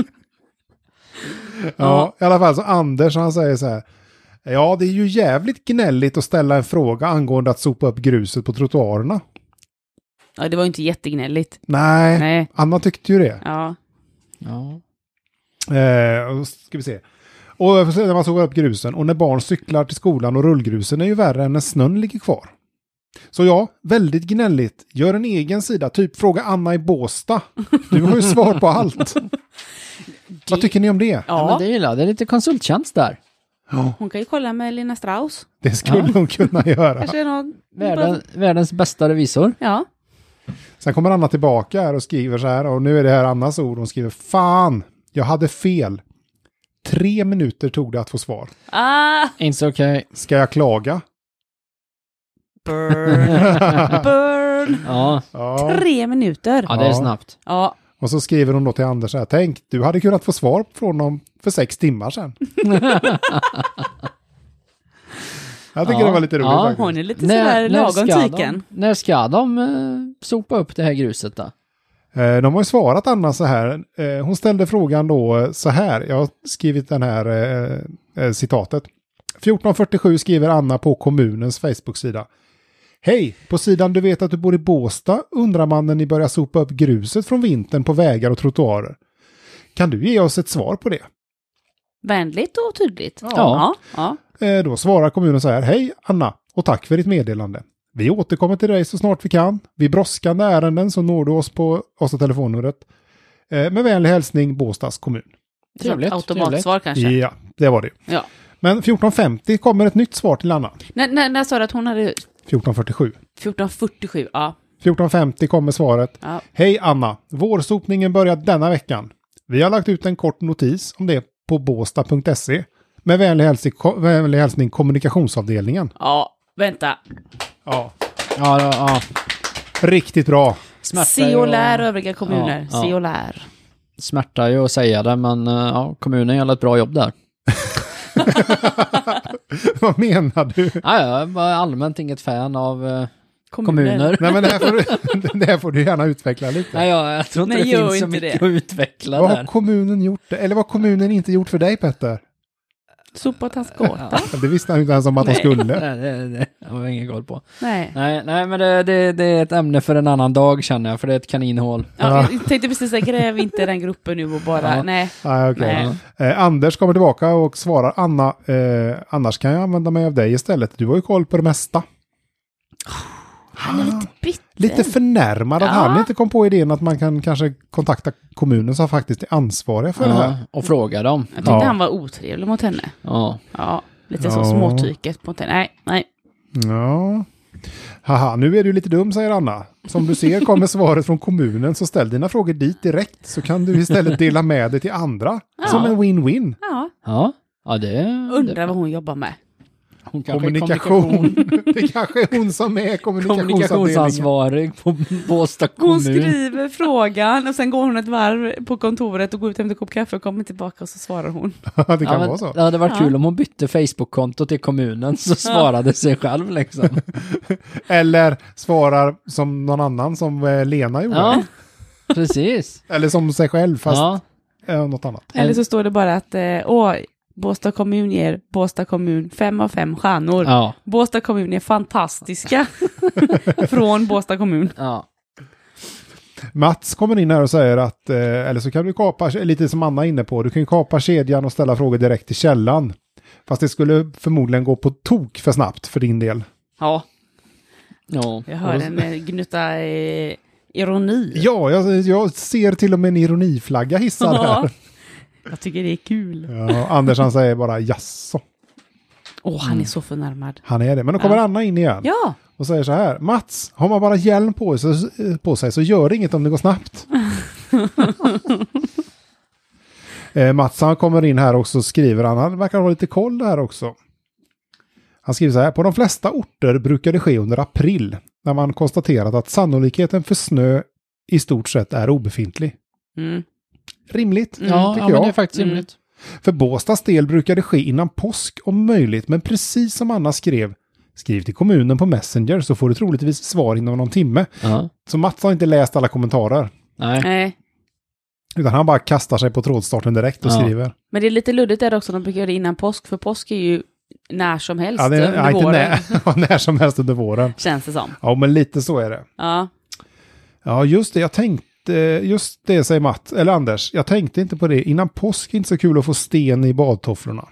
Ja, i alla fall så Anders han säger så här. Ja, det är ju jävligt gnälligt att ställa en fråga angående att sopa upp gruset på trottoarerna. Ja, det var ju inte jättegnälligt. Nej, Nej. Anna tyckte ju det. Ja. Ja. Eh, och ska vi se. Och när man sopar upp grusen och när barn cyklar till skolan och rullgrusen är ju värre än när snön ligger kvar. Så ja, väldigt gnälligt. Gör en egen sida, typ fråga Anna i Båstad. Du har ju svar på allt. Vad tycker ni om det? Ja, Ja, men det gillar jag. Det är lite konsulttjänst där. Ja, hon kan ju kolla med Lena Strauss. det skulle hon kunna göra. Kanske är någon... Världen, världens bästa revisor. Ja. Sen kommer Anna tillbaka här och skriver så här. Och nu är det här Annas ord. Hon skriver, fan, jag hade fel. Tre minuter tog det att få svar. Ah! Inte okej. Ska jag klaga? Burn. Burn. Ja. Ja. Tre minuter. ja, det är Ja. snabbt. Ja. Och så skriver hon då till Anders så här. Tänk, du hade kunnat få svar från dem för sex timmar sedan. Jag tycker Ja. det var lite roligt Ja. faktiskt. Hon är lite sådär lagom ska tyken. de, när ska de eh, sopa upp det här gruset då? Eh, De har ju svarat Anna så här. Eh, Hon ställde frågan då eh, så här. Jag har skrivit den här eh, eh, citatet. fjorton fyrtiosju skriver Anna på kommunens Facebook-sida. Hej, på sidan du vet att du bor i Båstad undrar man när ni börjar sopa upp gruset från vintern på vägar och trottoarer. Kan du ge oss ett svar på det? Vänligt och tydligt. Ja. Ja. Ja. Eh, Då svarar kommunen så här. Hej Anna och tack för ditt meddelande. Vi återkommer till dig så snart vi kan. Vid brådskande ärenden så når du oss på oss och telefonnumret. Eh, Med vänlig hälsning Båstads kommun. Trevligt, Automatsvar kanske. Ja, det var det. Ja. Men fjorton femtio kommer ett nytt svar till Anna. När, när, när sa du att hon hade fjorton fyrtiosju. fjorton fyrtiosju? Ja. fjorton femtio kommer svaret. Ja. Hej Anna, vårsopningen börjar denna veckan. Vi har lagt ut en kort notis om det på båstad punkt se. Med vänlig hälsning, ko- vänlig hälsning kommunikationsavdelningen. Ja, vänta. Ja, Ja, ja, ja. riktigt bra. Smärta Se och ju- lär övriga kommuner. Ja, ja. Se och lär. Smärta ju att säga det, men eh, ja, kommunen gör ett bra jobb där. Vad menar du? Ja, jag är bara allmänt inget fan av eh, Kommuner. kommuner. Nej men det här får du, det här får du gärna utveckla lite. Nej, jag, jag tror inte Nej, det gör finns så inte mycket det. att utveckla Vad har där. kommunen gjort? Eller vad har kommunen inte gjort för dig Petter? Sopat hans gåta. Det visste han ju inte ens om att de Nej. skulle. Nej, det, det, jag har ingen koll på. Nej. Nej, nej men det, det, det är ett ämne för en annan dag känner jag, för det är ett kaninhål. Ja, jag tänkte precis säga, gräv inte den gruppen nu och bara, Ja. nej. Nej, okej. Nej. Eh, Anders kommer tillbaka och svarar Anna, eh, annars kan jag använda mig av dig istället. Du har ju koll på det mesta. Han är lite bitter. Lite förnärmad att Ja. han inte kom på idén att man kan kanske kontakta kommunen som faktiskt är ansvariga för det här. Ja, och fråga dem. Jag tyckte Ja. han var otrevlig mot henne. Ja. Ja, lite så Ja. småtyket mot henne. Nej, nej. Ja. Haha, nu är du lite dum, säger Anna. Som du ser kommer svaret från kommunen, så ställ dina frågor dit direkt, så kan du istället dela med dig till andra. Ja. Som en win-win. Ja, Ja, ja det... undrar det, vad hon jobbar med. hon kanske är Kommunikation. Det kanske är hon som är kommunikationsavdelningen. kommunikationsansvarig på Båstad Hon kommun. skriver frågan och sen går hon ett varv på kontoret och går ut och hämtar en kopp kaffe och kommer tillbaka och så svarar hon. det kan Ja, men vara så. det hade varit Ja. kul om hon bytte Facebook-konto till kommunen så svarade sig själv liksom. Eller svarar som någon annan som eh, Lena gjorde. Ja, precis. Eller som sig själv, fast Ja. eh, något annat. Eller så står det bara att eh, åh, Båstad kommun ger Båstad kommun fem av fem stjärnor. Ja. Båstad kommun är fantastiska. Från Båstad kommun. Ja. Mats kommer in här och säger att, eh, eller så kan du kapa, lite som Anna är inne på, du kan ju kapa kedjan och ställa frågor direkt till källan. Fast det skulle förmodligen gå på tok för snabbt för din del. Ja, Ja. jag hör en eh, gnutta eh, ironi. Ja, jag, jag ser till och med en ironiflagga hissad här. Jag tycker det är kul. Ja, Anders han säger bara jasså. Åh, han är så förnärmad. Han är det. Men då kommer Ja. Anna in igen Ja, och säger så här. Mats, har man bara hjälm på sig, på sig så gör det inget om det går snabbt. eh, Mats han kommer in här och så skriver han, han verkar ha lite koll här också. Han skriver så här, på de flesta orter brukar det ske under april när man konstaterat att sannolikheten för snö i stort sett är obefintlig. Mm. Rimligt, Mm. Ja, tycker ja men jag. det är faktiskt Mm. rimligt. För Båstads del brukar det ske innan påsk om möjligt, men precis som Anna skrev, skriv till kommunen på Messenger så får du troligtvis svar inom någon timme. Ja. Så Mats har inte läst alla kommentarer, Nej. Nej. utan han bara kastar sig på trådstarten direkt och Ja. skriver. Men det är lite luddigt där också, de brukar göra det innan påsk, för påsk är ju när som helst Ja, det är under ja, inte våren. när, när som helst under våren. Känns det som. Ja, men lite så är det. Ja. Ja, just det. Jag tänkte, just det säger Matt, eller Anders, jag tänkte inte på det. Innan påsk är inte så kul att få sten i badtofflorna.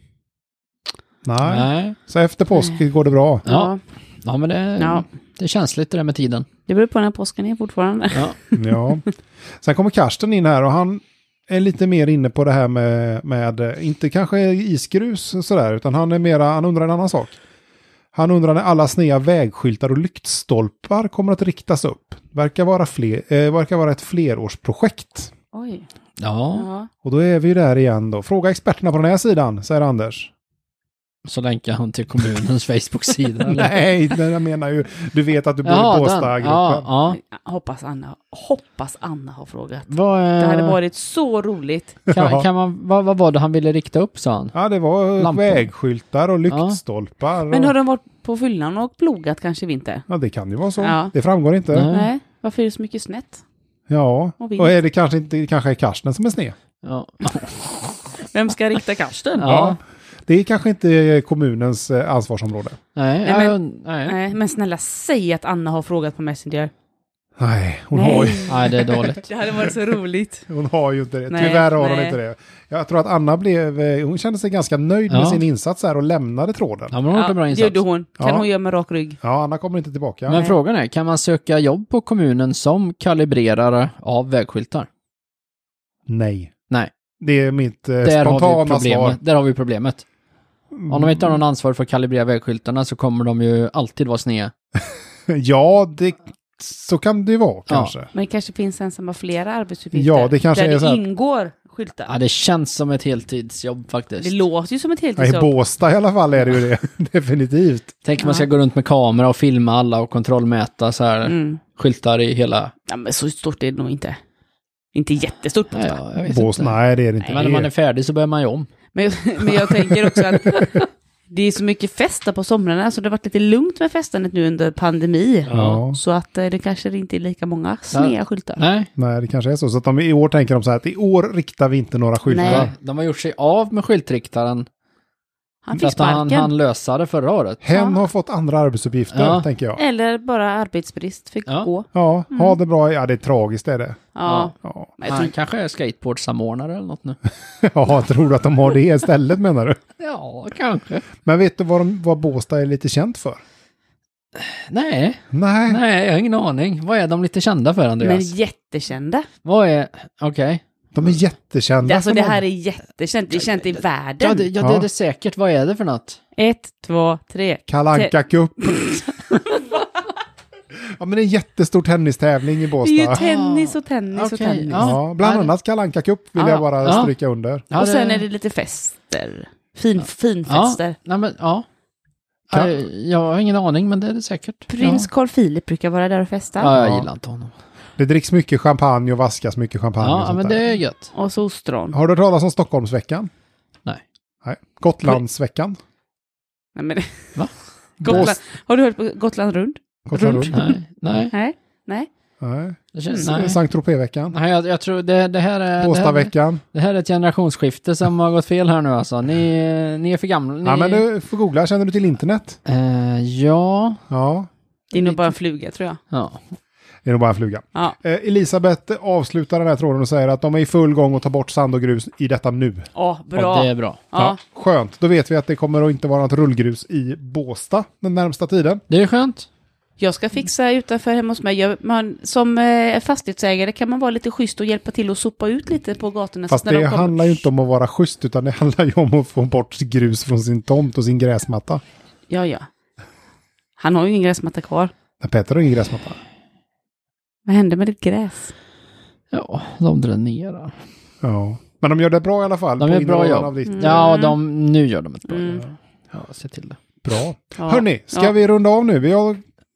Nej. Nej. Så efter påsk Nej. går det bra. Ja. Ja. Ja, men det, Ja. det är känsligt det där med tiden. Det beror på när påsken är fortfarande. Ja. Ja. Sen kommer Karsten in här och han är lite mer inne på det här med, med inte kanske isgrus och sådär, utan han är mera, han undrar en annan sak. Han undrar när alla sneda vägskyltar och lyktstolpar kommer att riktas upp. Verkar vara, fler, eh, verkar vara ett flerårsprojekt. Oj. Ja, Ja. Och då är vi ju där igen då. Fråga experterna på den här sidan, säger Anders. så länkar han till kommunens Facebook-sida. eller? Nej, men jag menar ju, du vet att du bor Jaha, i den. Båstad-gruppen. Ja, ja. Hoppas Anna, hoppas Anna har frågat. Vad, eh, Det hade varit så roligt. kan, kan man, vad, vad var det han ville rikta upp, sa han? Ja, det var Lampor. vägskyltar och lyktstolpar. Men och... har de varit på fyllan och plogat kanske i vinter? Ja, det kan ju vara så. Ja. Det framgår inte. Nej. Nej. Varför är det så mycket snett? Ja, Och vind. och är det kanske inte, det kanske är Karsten som är sned. Ja. Vem ska rikta Karsten? Ja. Det är kanske inte kommunens eh, ansvarsområde. Nej, Nej, ja, men- jag- nej. Nej, men snälla säg att Anna har frågat på Messenger. Nej, hon, Nej. Har, ju, nej, det är dåligt. Det hade varit så roligt. hon har ju inte det. Nej, Tyvärr har hon nej. inte det. Jag tror att Anna blev, eh, hon kände sig ganska nöjd Ja. med sin insats här och lämnade tråden. Ja, men hon har gjort en bra det insats. gjorde hon. Kan Ja. hon göra med rak rygg? Ja, Anna kommer inte tillbaka. Men Nej. frågan är, kan man söka jobb på kommunen som kalibrerare av vägskyltar? Nej. Nej. Det är mitt eh, Där har, vi spontana svar. problemet. Där har vi problemet. Om de inte har någon ansvar för att kalibrera vägskyltarna så kommer de ju alltid vara sneda. Ja, det, så kan det ju vara kanske. Men det kanske finns en som har flera arbetsuppgifter. Ja, det kanske där är det så att- ingår skyltar. Ja, det känns som ett heltidsjobb faktiskt. Det låter ju som ett Ja, I heltidsjobb. Båstad i alla fall är det ju det. Definitivt. Tänk om man Ja. ska gå runt med kamera och filma alla och kontrollmäta så här Mm. skyltar i hela... Ja, men så stort är det nog inte. Inte jättestort. Nej, Båstad. ja, jag vet Båstad, inte. nej det är det inte. Men när Det man är färdig så börjar man ju om. Men, men jag tänker också att det är så mycket fester på somrarna så det har varit lite lugnt med festandet nu under pandemi. Ja. Så att eh, det kanske inte är lika många sneda skyltar. Nej, Nej, det kanske är så. Så att de i år tänker de så här att i år riktar vi inte några skyltar. Nej. de har gjort sig av med skyltriktaren Han för fick att han, sparken. han lösa det förra året. Hen Ja. har fått andra arbetsuppgifter, Ja. tänker jag. Eller bara arbetsbrist fick Ja. gå. Ja, ha det bra. Ja, det är tragiskt är det. Ja. Ja, Men jag Han tror, kanske är skateboardsamordnare eller något nu. ja tror du att de har det istället menar du? Ja, kanske. Men vet du vad, de, vad Båstad är lite känt för? Nej, Nej. nej, jag har ingen aning. Vad är de lite kända för, men Andreas? jättekända. Vad är... Okej. De är jättekända. Alltså för det någon. här är jättekänt. Det är känt i världen. Ja, det, ja, det Ja. är det säkert. Vad är det för något? Ett, två, tre. Kalle Anka Cup. Ja, men det är en jättestor tennistävling i Det är ju Båstad. tennis och tennis och Okej, tennis. ja. Ja, bland Ja, det- annat Kalle Anka Cup vill Ja, jag bara ja. stryka under. Ja, och sen är det lite fester. Fin, finfester. Ja, nej, men, ja. Kan- Ja, jag har ingen aning, men det är det säkert. Prins Carl Philip brukar vara där och festa. Ja, jag Ja. gillar inte honom. Det dricks mycket champagne och vaskas mycket champagne och Ja, sånt men där. det är gött. Och så ostron. Har du hört talas om Stockholmsveckan? Nej. Nej. Gotlandsveckan? Nej, men... Va? Gotland. Båst- Har du hört på Gotland rund? Gotland Runt. runt? Nej, nej. Nej. Nej. Nej. Det känns, Mm. nej. Sankt Tropez-veckan? nej jag, jag tror det, det här är... Det här, Båstadveckan? det här är ett generationsskifte som har gått fel här nu alltså. Ni, ni är för gamla. Ni, Ja, men du får googla. Känner du till internet? Eh, ja. Ja. Det är nog bara en fluga tror jag. Ja. Det är nog bara en fluga. Ja. Eh, Elisabeth avslutar den här tråden och säger att de är i full gång att ta bort sand och grus i detta nu. Åh, Och bra. det är bra. Ja. Skönt, då vet vi att det kommer att inte vara något rullgrus i Båstad den närmsta tiden. Det är skönt. Jag ska fixa utanför hemma hos mig. Jag, man, som eh, fastighetsägare kan man vara lite schysst och hjälpa till att sopa ut lite på gatorna. Fast så när det de kommer- handlar ju inte om att vara schysst utan det handlar ju om att få bort grus från sin tomt och sin gräsmatta. Ja, ja. Han har ju ingen gräsmatta kvar. Men Peter har ingen gräsmatta. Vad hände med ditt gräs? Ja, de dränerar. Ja. Men de gör det bra i alla fall. De på gör bra inrådan jobb. av ditt. Mm. Ja, de, nu gör de ett bra Mm. jobb. Ja, se till det. Bra. Ja. Hörni, ska Ja. vi runda av nu? Vi har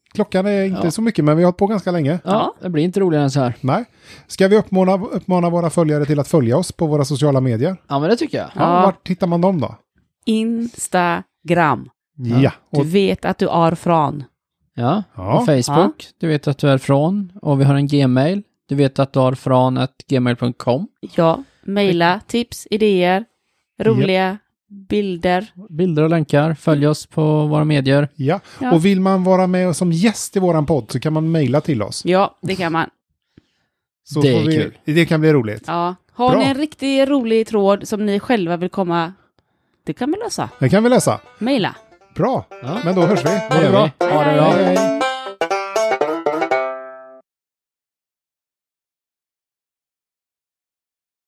Klockan är inte Ja. så mycket, men vi har hållit på ganska länge. Ja, det blir inte roligare än så här. Nej. Ska vi uppmana, uppmana våra följare till att följa oss på våra sociala medier? Ja, men det tycker jag. Ja. Ja. Vart hittar man dem då? Instagram. Ja. Du Och, vet att du är från. Ja, Ja. och Facebook. Du vet att du är från. Och vi har en gmail. Du vet att du är från ett gmail punkt com. Ja, mejla, tips, idéer, roliga bilder. Bilder och länkar. Följ oss på våra medier. ja. Ja. Och vill man vara med som gäst i våran podd så kan man mejla till oss. Ja, det kan man. Så Det får är vi, kul. Det kan bli roligt. Ja. Har Bra. ni en riktigt rolig tråd som ni själva vill komma, det kan vi lösa. Det kan vi läsa. Mejla. Bra. Ja. Men då hörs vi. Ha Det gör bra. vi. Ha det bra. Hej, hej.